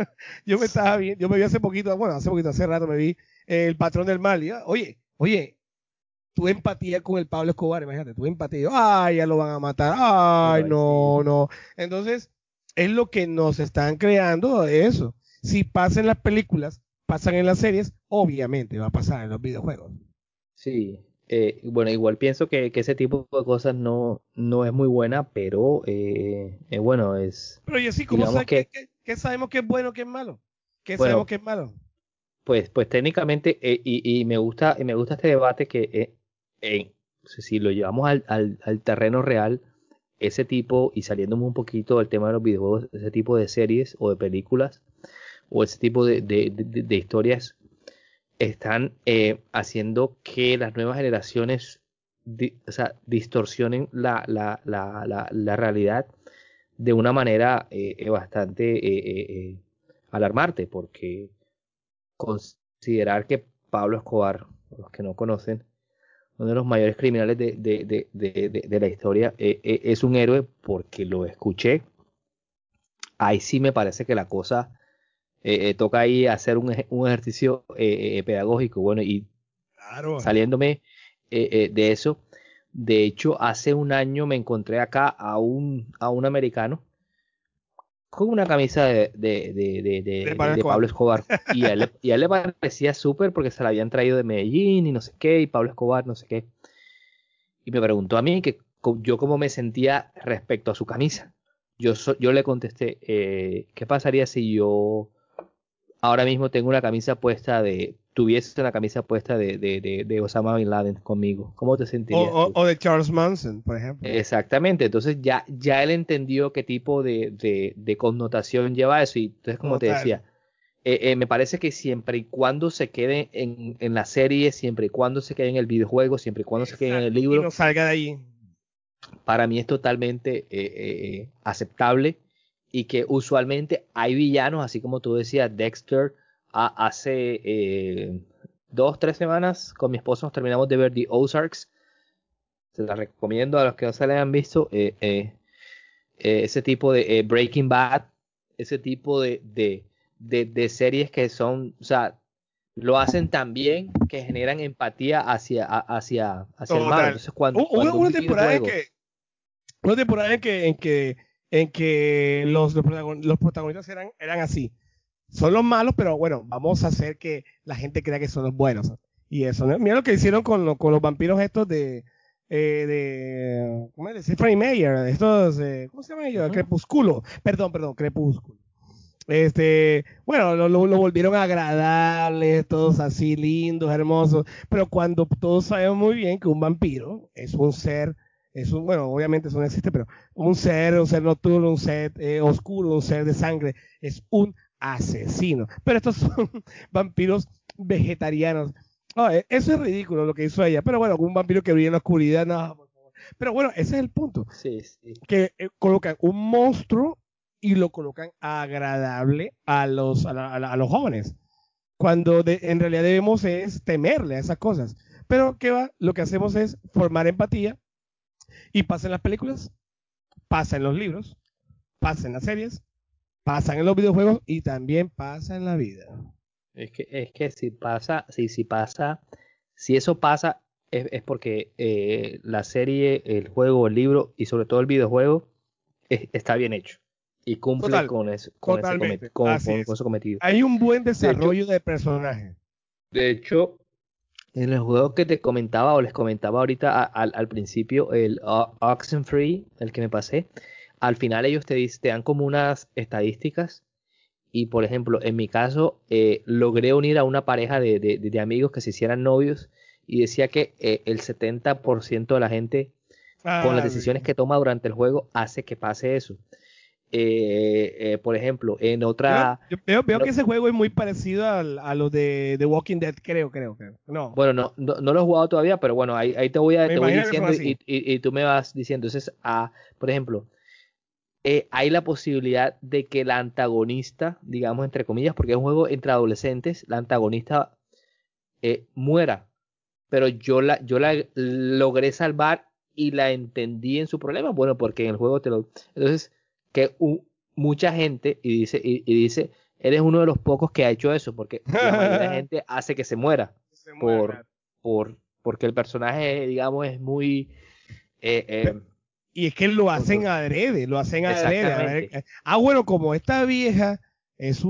yo me vi hace poquito, bueno, hace rato me vi El Patrón del Mal. Y, oye, tu empatía con el Pablo Escobar, imagínate, tu empatía, ay, ya lo van a matar, ay, ay, sí. no, no. Entonces, es lo que nos están creando eso. Si pasa en las películas, pasan en las series, obviamente va a pasar en los videojuegos. Sí, bueno, igual pienso que ese tipo de cosas no es muy buena, pero bueno, Pero y así, digamos que, qué sabemos que es bueno, que es malo? ¿Qué sabemos bueno, que es malo? pues técnicamente, y me gusta este debate que si lo llevamos al terreno real, ese tipo, y saliéndome un poquito del tema de los videojuegos, ese tipo de series o de películas, o ese tipo de historias están haciendo que las nuevas generaciones o sea, distorsionen la realidad de una manera bastante alarmante, porque considerar que Pablo Escobar, los que no conocen, uno de los mayores criminales de la historia, es un héroe porque lo escuché. Ahí sí me parece que la cosa toca ahí hacer un ejercicio pedagógico. Bueno, y Claro. saliéndome de eso, de hecho, hace un año me encontré acá a un americano con una camisa De Pablo de Escobar. Pablo Escobar y a él le parecía súper porque se la habían traído de Medellín y no sé qué, y Pablo Escobar, no sé qué. y me preguntó a mí que yo cómo me sentía respecto a su camisa. Yo le contesté, ¿qué pasaría si yo ahora mismo tuviese una camisa puesta de Osama Bin Laden conmigo? ¿Cómo te sentirías tú? O de Charles Manson, por ejemplo. Exactamente, entonces ya él entendió qué tipo de connotación lleva eso, y entonces como te Total. decía, me parece que siempre y cuando se quede en la serie, siempre y cuando se quede en el videojuego, siempre y cuando se quede en el Exacto. Y libro, no salga de allí. para mí es totalmente aceptable, y que usualmente hay villanos, así como tú decías, Dexter, hace 2, 3 semanas con mi esposo nos terminamos de ver The Ozarks, se la recomiendo a los que no se la hayan visto, ese tipo de Breaking Bad, ese tipo de series que son, o sea, lo hacen tan bien que generan empatía hacia el malo. Total. Entonces, cuando un Una temporada videojuego, en que los protagonistas eran así. Son los malos, pero bueno, vamos a hacer que la gente crea que son los buenos. Y eso, ¿no? Mira lo que hicieron con los vampiros estos ¿cómo es? De Stephanie Meyer, estos, ¿cómo se llama ellos? uh-huh, Crepúsculo. Perdón, Crepúsculo. Bueno, lo volvieron agradables, todos así lindos, hermosos, pero cuando todos sabemos muy bien que un vampiro es un ser, bueno, obviamente eso no existe, pero un ser nocturno, un ser oscuro, un ser de sangre, es un asesino. Pero estos son vampiros vegetarianos. Eso es ridículo lo que hizo ella, pero bueno, un vampiro que brilla en la oscuridad, no, por favor. Pero bueno, ese es el punto, sí, sí. que colocan un monstruo y lo colocan agradable a los jóvenes, cuando en realidad debemos es temerle a esas cosas. Pero ¿qué va? Lo que hacemos es formar empatía, y pasa en las películas, pasa en los libros, pasa en las series, pasa en los videojuegos y también pasa en la vida. Es que si eso pasa, es porque la serie, el juego, el libro y sobre todo el videojuego está bien hecho y cumple Total, totalmente, así con es. ese cometido. Hay un buen De hecho, desarrollo de personaje. de hecho, en el juego que te comentaba o les comentaba ahorita al principio, el Oxenfree, el que me pasé, al final ellos te dan como unas estadísticas. Y por ejemplo, en mi caso, logré unir a una pareja de amigos que se hicieran novios, y decía que el 70% de la gente, con las Ah, decisiones que toma durante el juego, hace que pase eso. Por ejemplo, veo que ese juego es muy parecido a lo de The Walking Dead, creo. No, bueno, no lo he jugado todavía, pero bueno, ahí me te voy imagino que son diciendo, así. y tú me vas diciendo. Entonces, por ejemplo, hay la posibilidad de que la antagonista, digamos entre comillas, porque es un juego entre adolescentes, la antagonista muera, pero yo la logré salvar y la entendí en su problema. Bueno, porque en el juego Entonces, que mucha gente, y dice, eres uno de los pocos que ha hecho eso, porque la mayoría de gente hace que se muera, Se por, muera. porque el personaje, digamos, es muy... eh, Pe- eh, Y es que lo hacen contro- adrede, lo hacen adrede. A ver, exactamente, bueno, como esta vieja es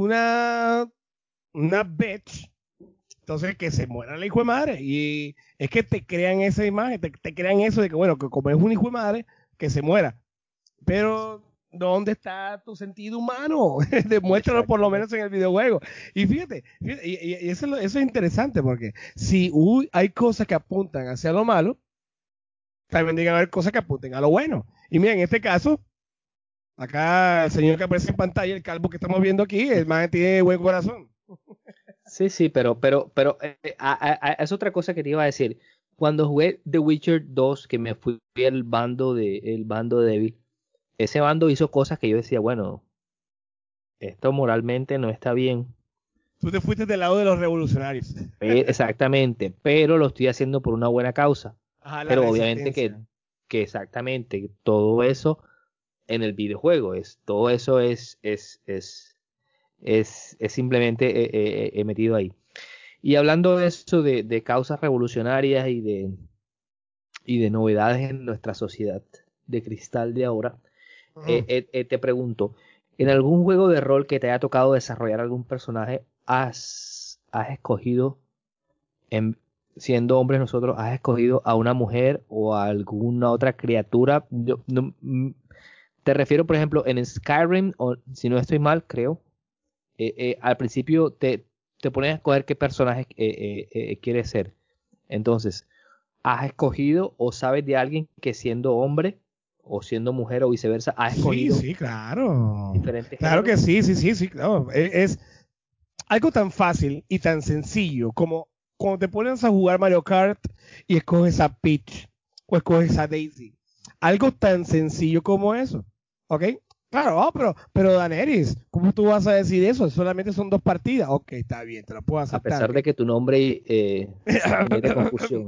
una bitch, entonces que se muera la hijo de madre. Y es que te crean esa imagen, te crean eso de que, bueno, que como es un hijo de madre, que se muera. Pero, ¿dónde está tu sentido humano? Demuéstralo por lo menos exactamente. en el videojuego. Y fíjate, y eso es interesante, porque si hay cosas que apuntan hacia lo malo, también deben haber cosas que apunten a lo bueno. Y mira, en este caso, acá el señor que aparece en pantalla, el calvo que estamos viendo aquí, el man tiene buen corazón. Sí, sí, pero es otra cosa que te iba a decir. Cuando jugué The Witcher 2, que me fui el bando débil, ese bando hizo cosas que yo decía, bueno, esto moralmente no está bien. Tú te fuiste del lado de los revolucionarios. Exactamente, pero lo estoy haciendo por una buena causa. Ajá, la Pero obviamente resistencia. que exactamente todo eso en el videojuego todo eso es simplemente metido ahí. Y hablando de eso, de causas revolucionarias y de novedades en nuestra sociedad de cristal de ahora, Ujú. te pregunto, ¿en algún juego de rol que te haya tocado desarrollar algún personaje, has escogido en- siendo hombres nosotros, has escogido a una mujer o a alguna otra criatura? Te refiero, por ejemplo, en Skyrim, o si no estoy mal, creo, al principio te pones a escoger qué personaje quieres ser. Entonces, ¿has escogido o sabes de alguien que siendo hombre o siendo mujer o viceversa, ha Sí, escogido sí, claro. diferentes Claro que géneros? sí, sí, sí, sí, claro. Es algo tan fácil y tan sencillo como cuando te pones a jugar Mario Kart y escoges a Peach o escoges a Daisy. Algo tan sencillo como eso. ¿Ok? Claro, pero Daenerys, ¿cómo tú vas a decir eso? Solamente son 2 partidas. Ok, está bien, te lo puedo A aceptar. pesar ¿Ok? de que tu nombre genere confusión.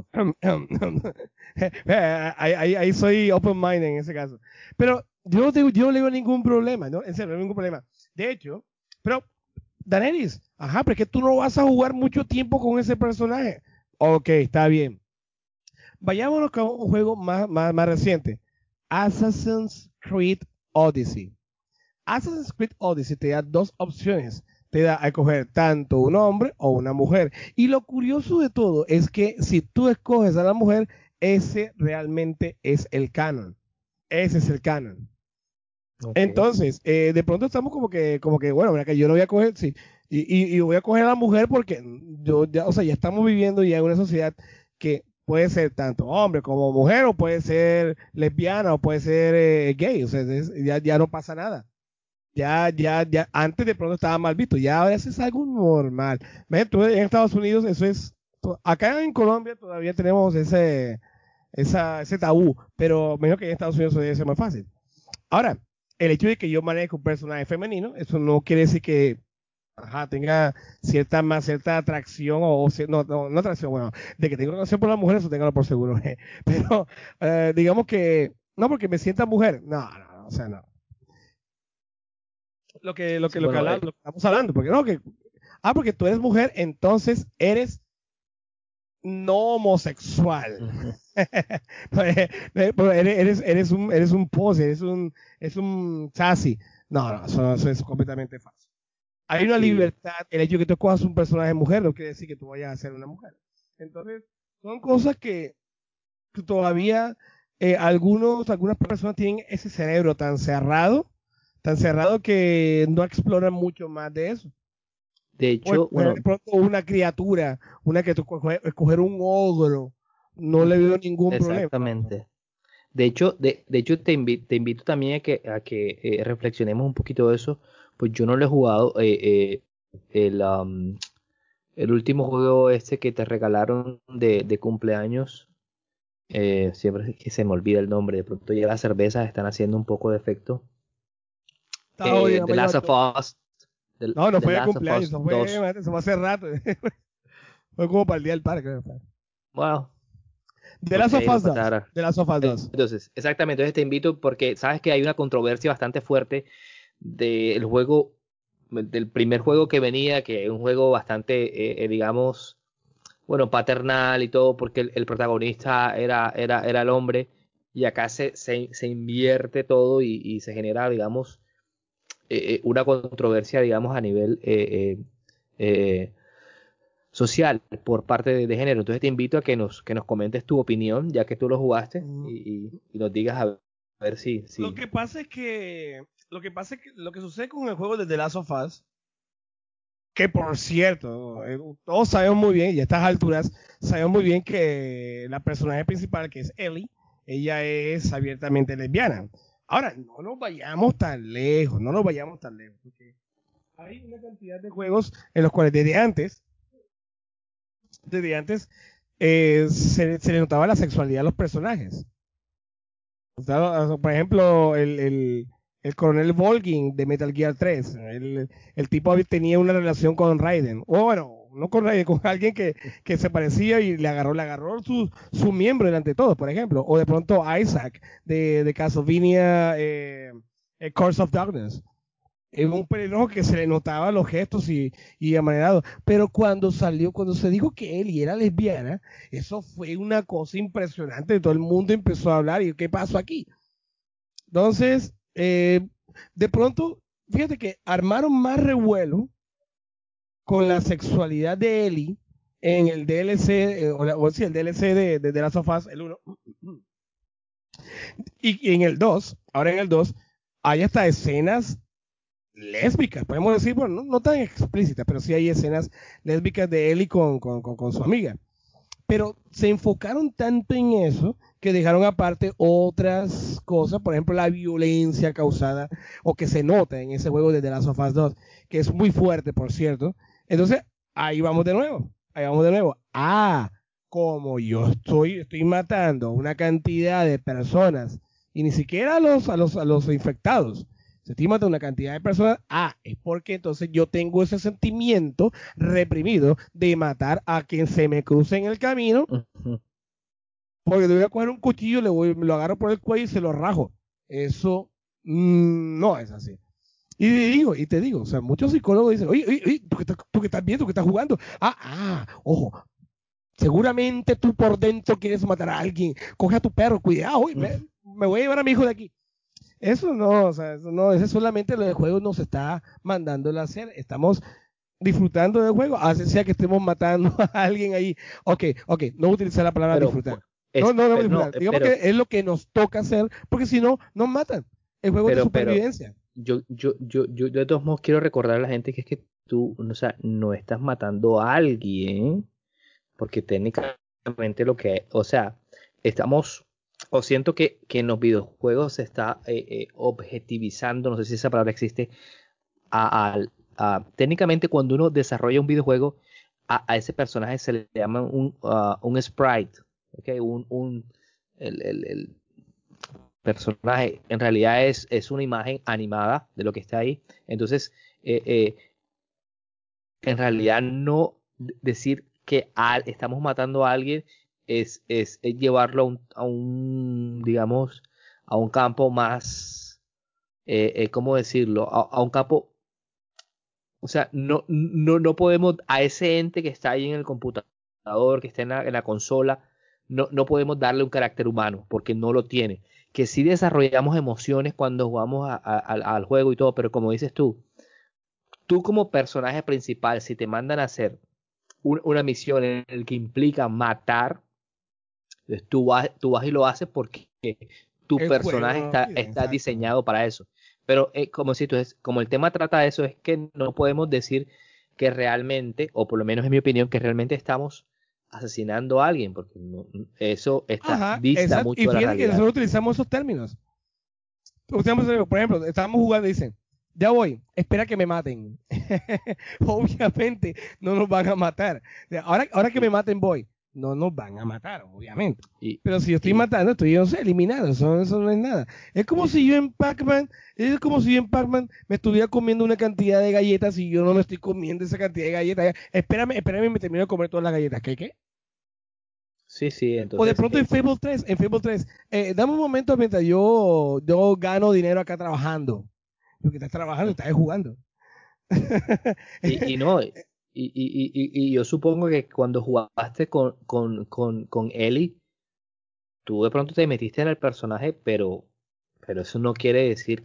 Ahí soy open mind en ese caso. Pero yo no le veo ningún problema, ¿no? En serio, no hay ningún problema. De hecho, pero Daenerys, ajá, pero es que tú no vas a jugar mucho tiempo con ese personaje. Ok, está bien. Vayámonos con un juego más reciente. Assassin's Creed Odyssey. Assassin's Creed Odyssey te da 2 opciones. Te da a escoger tanto un hombre o una mujer. Y lo curioso de todo es que si tú escoges a la mujer, ese realmente es el canon. Ese es el canon. Ok. Entonces, de pronto estamos como que bueno, mira que yo lo voy a coger, sí, y voy a coger a la mujer porque yo ya, o sea, ya estamos viviendo ya en una sociedad que puede ser tanto hombre como mujer, o puede ser lesbiana, o puede ser gay, o sea, ya no pasa nada. Ya, antes de pronto estaba mal visto, ya ahora eso es algo normal. Ven, tú en Estados Unidos eso es, acá en Colombia todavía tenemos ese tabú, pero menos que en Estados Unidos eso debe ser más fácil. Ahora, el hecho de que yo manejo un personaje femenino, eso no quiere decir que ajá, tenga cierta atracción no atracción, bueno, de que tenga atracción por las mujeres, eso téngalo por seguro. Pero digamos que, no porque me sienta mujer, no, o sea, no. Sí, bueno, Lo que estamos hablando, porque no, porque tú eres mujer, entonces eres no homosexual. ujú. Eres un pose, es un sassy. No, eso es completamente falso. Hay una Sí, libertad, el hecho de que tú cojas un personaje mujer no quiere decir que tú vayas a ser una mujer. Entonces, son cosas que todavía algunas personas tienen ese cerebro tan cerrado que no exploran mucho más de eso. de O hecho, escoger bueno, de pronto una criatura, escoger un ogro, no le veo ningún problema. exactamente. De hecho, de hecho te invito también a que reflexionemos un poquito de eso, pues yo no lo he jugado. El último juego este que te regalaron de cumpleaños, siempre es que se me olvida el nombre, de pronto ya las cervezas están haciendo un poco de efecto. Está jodido, The Last of Us, no, no The fue de Last of cumpleaños, Us 2. eso fue hace rato. Fue como para el día del parque. Bueno, De ok, las no sofás falta 2. ahora. De las sofás 2. Entonces, exactamente, entonces te invito porque sabes que hay una controversia bastante fuerte del juego, del primer juego que venía, que es un juego bastante, digamos, bueno, paternal y todo, porque el protagonista era el hombre, y acá se invierte todo y se genera, digamos, una controversia, digamos, a nivel eh, social por parte de género. Entonces te invito a que nos comentes tu opinión, ya que tú lo jugaste, y nos digas a ver Lo si. que pasa es que lo que sucede con el juego de The Last of Us, que por cierto, todos sabemos muy bien, y a estas alturas sabemos muy bien que la personaje principal, que es Ellie, ella es abiertamente lesbiana. Ahora, no nos vayamos tan lejos, no nos vayamos tan lejos, porque hay una cantidad de juegos en los cuales desde antes se le notaba la sexualidad a los personajes. O sea, por ejemplo, el coronel Volgin de Metal Gear 3. El tipo tenía una relación con Raiden. O bueno, no con Raiden, con alguien que se parecía y le agarró su miembro delante de todos, por ejemplo. O de pronto Isaac de Castlevania Curse of Darkness. Es un pelirrojo que se le notaba los gestos y amanerado. Pero cuando se dijo que Ellie era lesbiana, eso fue una cosa impresionante. Todo el mundo empezó a hablar. ¿Y qué pasó aquí? Entonces, de pronto, fíjate que armaron más revuelo con la sexualidad de Ellie en el DLC, el DLC de The Last of Us, el 1, y en el 2, ahora en el 2, hay hasta escenas lésbicas, podemos decir, bueno, no tan explícitas, pero sí hay escenas lésbicas de Ellie con su amiga. Pero se enfocaron tanto en eso que dejaron aparte otras cosas, por ejemplo, la violencia causada o que se nota en ese juego de The Last of Us 2, que es muy fuerte, por cierto. Entonces, ahí vamos de nuevo. Como yo estoy matando una cantidad de personas y ni siquiera a los infectados. Se estoy matando una cantidad de personas. Es porque entonces yo tengo ese sentimiento reprimido de matar a quien se me cruce en el camino. Ujú. Porque le voy a coger un cuchillo, lo agarro por el cuello y se lo rajo. Eso no es así. Y te digo, o sea, muchos psicólogos dicen, oye, tú que estás viendo, que estás jugando. Ojo, seguramente tú por dentro quieres matar a alguien. Coge a tu perro, cuidado, me voy a llevar a mi hijo de aquí. Eso no, o sea, eso no, eso solamente lo del juego nos está mandando a hacer. Estamos disfrutando del juego, así sea que estemos matando a alguien ahí. Ok, no utilizar la palabra Pero disfrutar. es, No pero, disfrutar. Digamos pero, que es lo que nos toca hacer, porque si no, nos matan. El juego es de pero supervivencia. yo de todos modos quiero recordar a la gente que es que tú, o sea, no estás matando a alguien, porque técnicamente o sea, estamos, o siento que en los videojuegos se está objetivizando, no sé si esa palabra existe, técnicamente cuando uno desarrolla un videojuego, a ese personaje se le llama un sprite, ¿okay? El personaje en realidad es una imagen animada de lo que está ahí. Entonces, en realidad no decir que estamos matando a alguien es llevarlo digamos, a un campo más, ¿cómo decirlo? A un campo, o sea, no podemos, a ese ente que está ahí en el computador, que está en la consola, no podemos darle un carácter humano, porque no lo tiene. Que sí desarrollamos emociones cuando jugamos al juego y todo, pero como dices tú como personaje principal, si te mandan a hacer una misión en la que implica matar, entonces tú vas y lo haces porque tu El juego personaje no lo pide, está exacto. diseñado para eso. Pero como el tema trata de eso, es que no podemos decir que realmente, o por lo menos en mi opinión, que realmente estamos asesinando a alguien, porque eso dista Exacto. Y mucho de la fíjate que realidad. nosotros utilizamos esos términos. Por ejemplo, estábamos jugando y dicen, ya voy, espera que me maten. Obviamente no nos van a matar. O sea, ahora que me Y, maten voy. No nos van a matar, obviamente. y, Pero si yo estoy y, matando, estoy, no sé, eliminado. Eso no es nada. Es como si yo en Pac-Man me estuviera comiendo una cantidad de galletas y yo no me estoy comiendo esa cantidad de galletas. Espérame, me termino de comer todas las galletas. ¿Qué? sí, O de entonces, pronto en Fable 3, dame un momento mientras yo gano dinero acá trabajando. Lo que estás trabajando, estás jugando. no, y yo supongo que cuando jugaste con Ellie, tú de pronto te metiste en el personaje, pero eso no quiere decir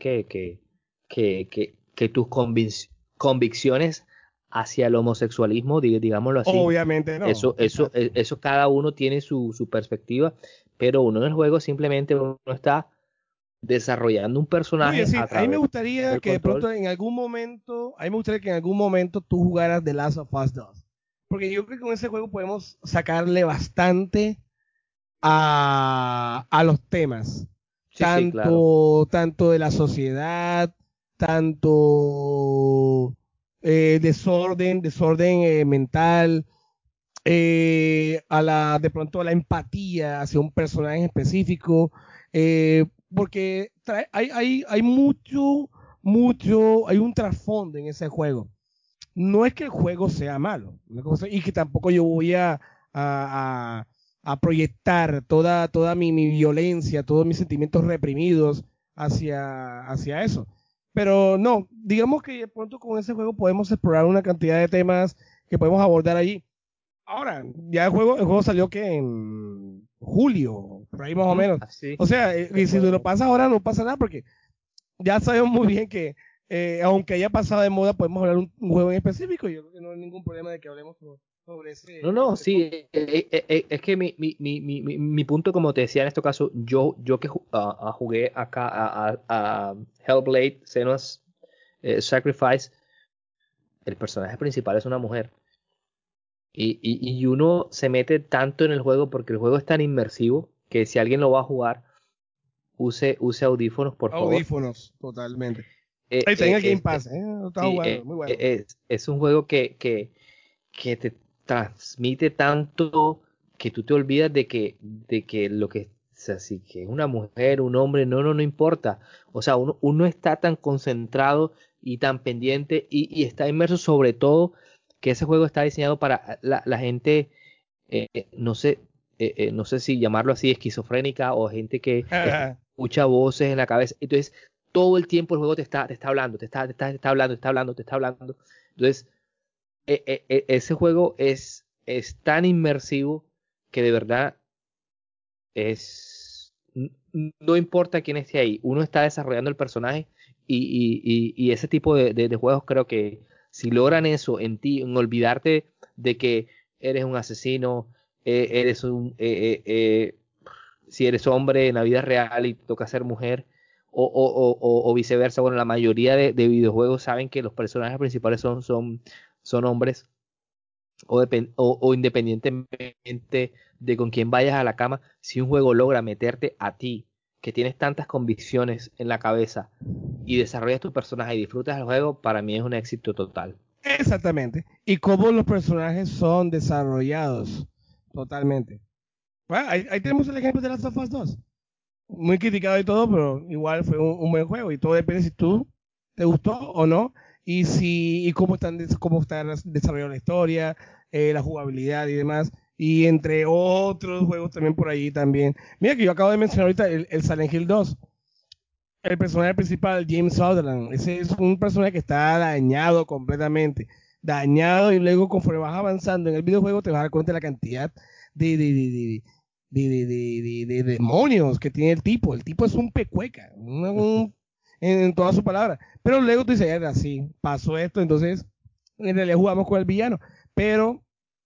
que tus convicciones hacia el homosexualismo, digámoslo así, Obviamente no, exacto. eso cada uno tiene su perspectiva, pero uno en el juego simplemente uno está desarrollando un No, y personaje decir, a través del a control. mí me gustaría que en algún momento tú jugaras The Last of Us 2. Porque yo creo que con ese juego podemos sacarle bastante a los temas. Sí, claro. Tanto de la sociedad, tanto desorden mental, de pronto a la empatía hacia un personaje en específico, porque hay hay un trasfondo en ese juego. No es que el juego sea malo, y que tampoco yo voy a, a proyectar toda mi violencia, todos mis sentimientos reprimidos hacia eso. Pero no, digamos que de pronto con ese juego podemos explorar una cantidad de temas que podemos abordar allí. Ahora, ya el juego salió que en julio, por ahí más o menos. Así, O sea, y si lo recuerdo. pasa ahora no pasa nada porque ya sabemos muy bien que aunque haya pasado de moda, podemos hablar un juego en específico. Yo creo que no hay ningún problema de que hablemos sobre sobre ese... No, ese sí, es que mi punto, como te decía en este caso, yo que jugué acá a Hellblade, Senua's Sacrifice, el personaje principal es una mujer. Y uno se mete tanto en el juego porque el juego es tan inmersivo que si alguien lo va a jugar, use audífonos, por favor. audífonos, totalmente. Eh, Ahí está en el Game eh, Pass, lo estaba sí, jugando, muy bueno. es un juego que te transmite tanto que tú te olvidas de que lo que es así, que es una mujer, un hombre, no importa. O sea, uno está tan concentrado y tan pendiente y está inmerso sobre todo que ese juego está diseñado para la gente, no sé, no sé si llamarlo así, esquizofrénica o gente que escucha voces en la cabeza. Entonces, todo el tiempo el juego te está hablando, te está hablando, te está hablando, te está hablando. Entonces, ese juego es tan inmersivo que de verdad no importa quién esté ahí, uno está desarrollando el personaje y ese tipo de juegos creo que si logran eso en ti, en olvidarte de que eres un asesino, si eres hombre en la vida real y toca ser mujer, o viceversa, bueno, la mayoría de videojuegos saben que los personajes principales son hombres o independientemente de con quién vayas a la cama, si un juego logra meterte a ti, que tienes tantas convicciones en la cabeza y desarrollas tu personaje y disfrutas el juego, para mí es un éxito total. Exactamente. Y cómo los personajes son desarrollados, totalmente. Bueno, ahí tenemos el ejemplo de Last of Us 2. Muy criticado y todo, pero igual fue un buen juego. Y todo depende si tú te gustó o no. Y cómo está desarrollando la historia, la jugabilidad y demás. Y entre otros juegos también por ahí también. Mira que yo acabo de mencionar ahorita el Silent Hill 2. El personaje principal, James Sutherland, ese es un personaje que está dañado completamente. Dañado y luego conforme vas avanzando en el videojuego te vas a dar cuenta de la cantidad de, de, de, de, de demonios que tiene el tipo. El tipo es un pecueca, en todas sus palabras. Pero luego tú dices, era así, pasó esto, entonces en realidad jugamos con el villano. Pero,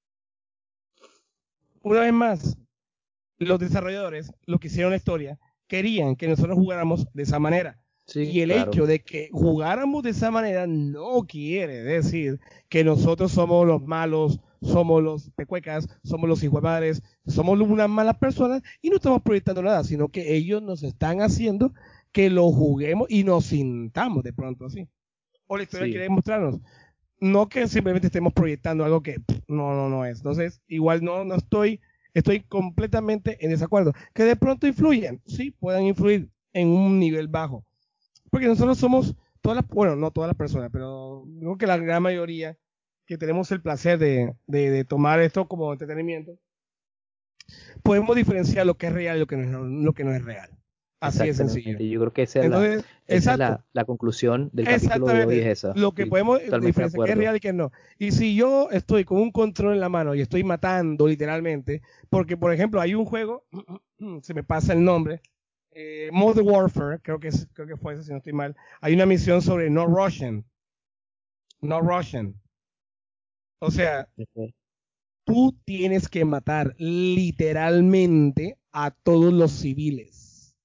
una vez más, los desarrolladores, los que hicieron la historia, querían que nosotros jugáramos de esa manera. Sí, Y el claro. hecho de que jugáramos de esa manera no quiere decir que nosotros somos los malos, somos los pecuecas, somos los hijuemadres, somos unas malas personas y no estamos proyectando nada, sino que ellos nos están haciendo que lo juguemos y nos sintamos de pronto así. O la historia Sí. quiere mostrarnos. No que simplemente estemos proyectando algo que no es. Entonces, igual no estoy completamente en desacuerdo. Que de pronto influyen, sí, puedan influir en un nivel bajo. Porque nosotros somos bueno, no todas las personas, pero creo que la gran mayoría que tenemos el placer de tomar esto como entretenimiento, podemos diferenciar lo que es real y lo que no es real. Así de sencillo. Exactamente. Yo creo que Entonces, esa es exacto. la conclusión del capítulo de hoy, es Exactamente, esa. lo que Estoy podemos totalmente de diferenciar que es acuerdo. real y que no. Y si yo estoy con un control en la mano y estoy matando literalmente, porque por ejemplo hay un juego, se me pasa el nombre, Modern Warfare, creo que fue ese si no estoy mal, hay una misión sobre no Russian, no Russian. O sea, Ok. tú tienes que matar literalmente a todos los civiles.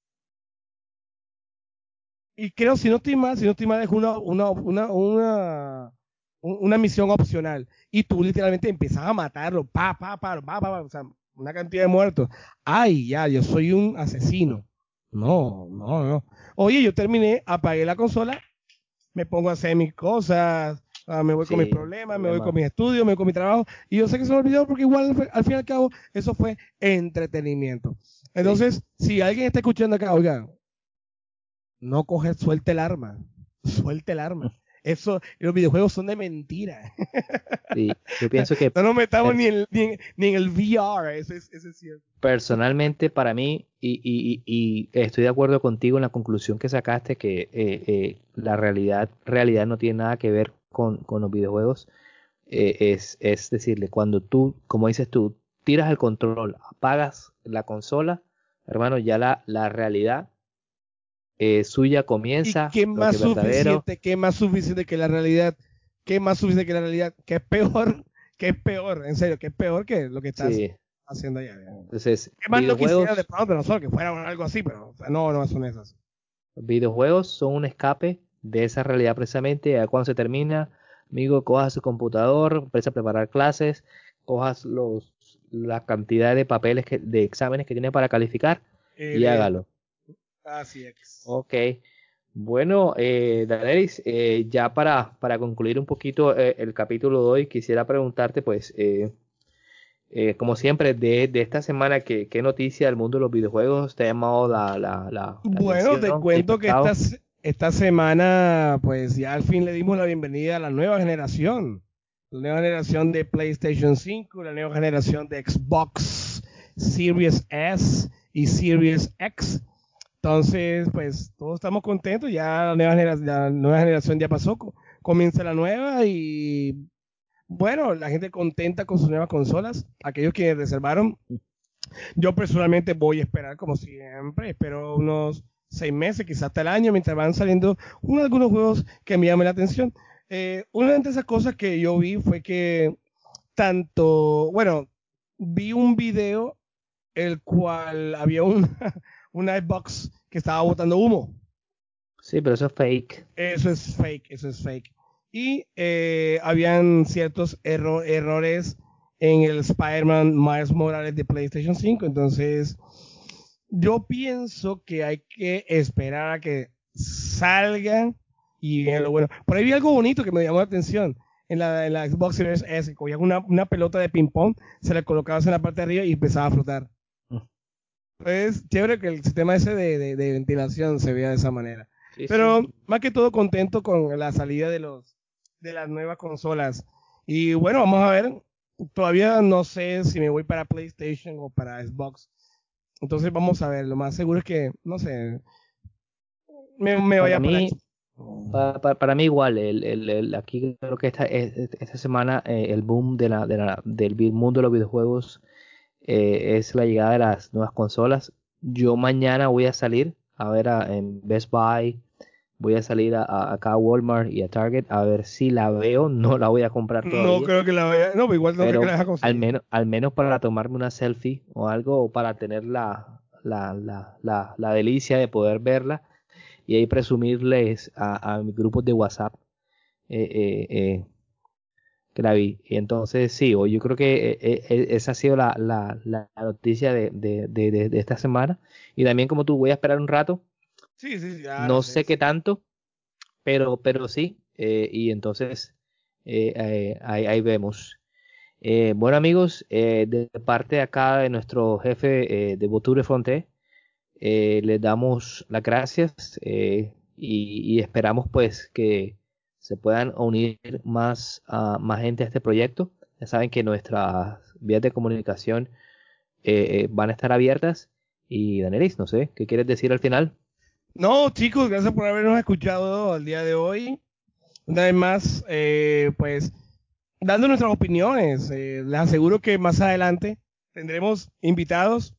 Y creo, si no estoy mal, es una misión opcional. Y tú literalmente empiezas a matarlo, o sea, una cantidad de muertos. Ay, ya, yo soy un asesino. No. Oye, yo terminé, apagué la consola, me pongo a hacer mis cosas, me voy con mis Sí, problemas, me voy con problema. mis estudios, me voy con mi trabajo. Y yo sé que se me olvidó porque igual, al fin y al cabo, eso fue entretenimiento. Sí. Entonces, si alguien está escuchando acá, oiga, no coge, suelte el arma. Suelte el arma. Eso, los videojuegos son de mentira. Sí, yo pienso que No nos metamos pers- ni en el VR, eso es cierto. personalmente para mí, y estoy de acuerdo contigo en la conclusión que sacaste, que la realidad no tiene nada que ver con los videojuegos, es decirle, cuando tú, como dices tú, tiras el control, apagas la consola, hermano, ya la realidad suya ¿Y comienza, lo que es verdadero. qué más suficiente que la realidad, qué más suficiente que la realidad, que es peor ¿Qué es peor? En serio, ¿qué es peor que lo que estás Sí. haciendo allá? Entonces, ¿Qué más no quisiera de videojuegos, pronto nosotros que fuera algo así? Pero o sea, no son esas. videojuegos son un escape de esa realidad precisamente. Ya cuando se termina, amigo, coja su computador, empieza a preparar clases, cojas la cantidad de papeles de exámenes que tiene para calificar y El- hágalo. Así es. Ok. Bueno, Daenerys, ya para concluir un poquito el capítulo de hoy, quisiera preguntarte, pues, como siempre, de esta semana, ¿qué noticia del mundo de los videojuegos te ha llamado la Bueno, te atención? ¿Te ha cuento que impactado? esta semana, pues ya al fin le dimos la bienvenida a la nueva generación. La nueva generación de PlayStation 5, la nueva generación de Xbox Series S y Series X. Entonces, pues todos estamos contentos. Ya la nueva generación ya pasó. Comienza la nueva y bueno, la gente contenta con sus nuevas consolas. Aquellos que reservaron, yo personalmente voy a esperar, como siempre, espero unos 6 meses, quizás hasta el año, mientras van saliendo algunos juegos que me llaman la atención. Una de esas cosas que yo vi fue que bueno, vi un video el cual había una Xbox que estaba botando humo. Sí, pero eso es fake. Eso es fake. Y habían ciertos errores en el Spider-Man Miles Morales de PlayStation 5. Entonces, yo pienso que hay que esperar a que salgan y vean lo bueno. Por ahí vi algo bonito que me llamó la atención. En la Xbox Series S, cogías una pelota de ping-pong, se la colocabas en la parte de arriba y empezaba a flotar. Mm. Pues chévere que el sistema ese de ventilación se vea de esa manera. Sí, sí. Pero más que todo contento con la salida de las nuevas consolas. Y bueno, vamos a ver. Todavía no sé si me voy para PlayStation o para Xbox. Entonces vamos a ver. Lo más seguro es que, no sé, me Para vaya para mí, Xbox. para mí igual, aquí creo que esta semana el boom del mundo de los videojuegos es la llegada de las nuevas consolas. Yo mañana voy a salir a ver en Best Buy, voy a salir acá a Walmart y a Target a ver si la veo. No la voy a comprar No todavía, creo que la vaya. No, pero igual no creo que la pero vaya a conseguir. al menos para tomarme una selfie o algo, o para tener la delicia de poder verla y ahí presumirles a mis grupos de WhatsApp eh, eh, eh, que la vi. Y entonces sí, yo creo que esa ha sido la noticia de esta semana. Y también como tú, voy a esperar un rato, Sí, sí, sí, claro, no sí, sé qué sí. tanto, pero sí, y entonces ahí vemos. Bueno amigos, de parte de acá de nuestro jefe de Boture Fronte, les damos las gracias y esperamos pues que se puedan unir más gente a este proyecto. Ya saben que nuestras vías de comunicación van a estar abiertas. Y Danelis, no sé, ¿qué quieres decir al final? No, chicos, gracias por habernos escuchado el día de hoy. Una vez más, pues dando nuestras opiniones. Les aseguro que más adelante tendremos invitados.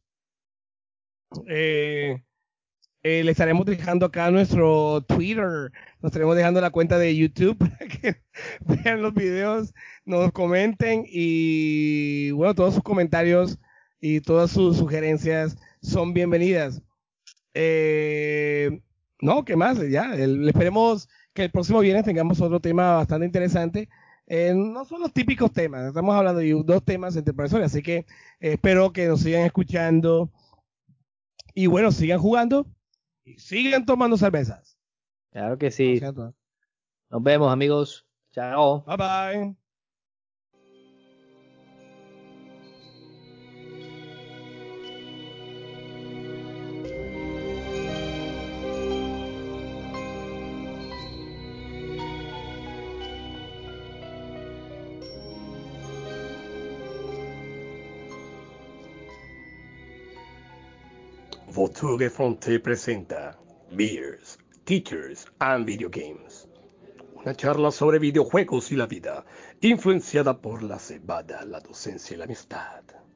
Eh, le estaremos dejando acá nuestro Twitter, nos estaremos dejando la cuenta de YouTube para que vean los videos, nos comenten y bueno, todos sus comentarios y todas sus sugerencias son bienvenidas. Eh, no, ¿qué más? Ya, esperemos que el próximo viernes tengamos otro tema bastante interesante. No son los típicos temas, estamos hablando de dos temas entre personas, así que espero que nos sigan escuchando y bueno, sigan jugando y sigan tomando cervezas. Claro que Lo sí. siento. Nos vemos amigos. Chao. Bye bye. Votuge Fronte presenta Beers, Teachers and Video Games. Una charla sobre videojuegos y la vida, influenciada por la cebada, la docencia y la amistad.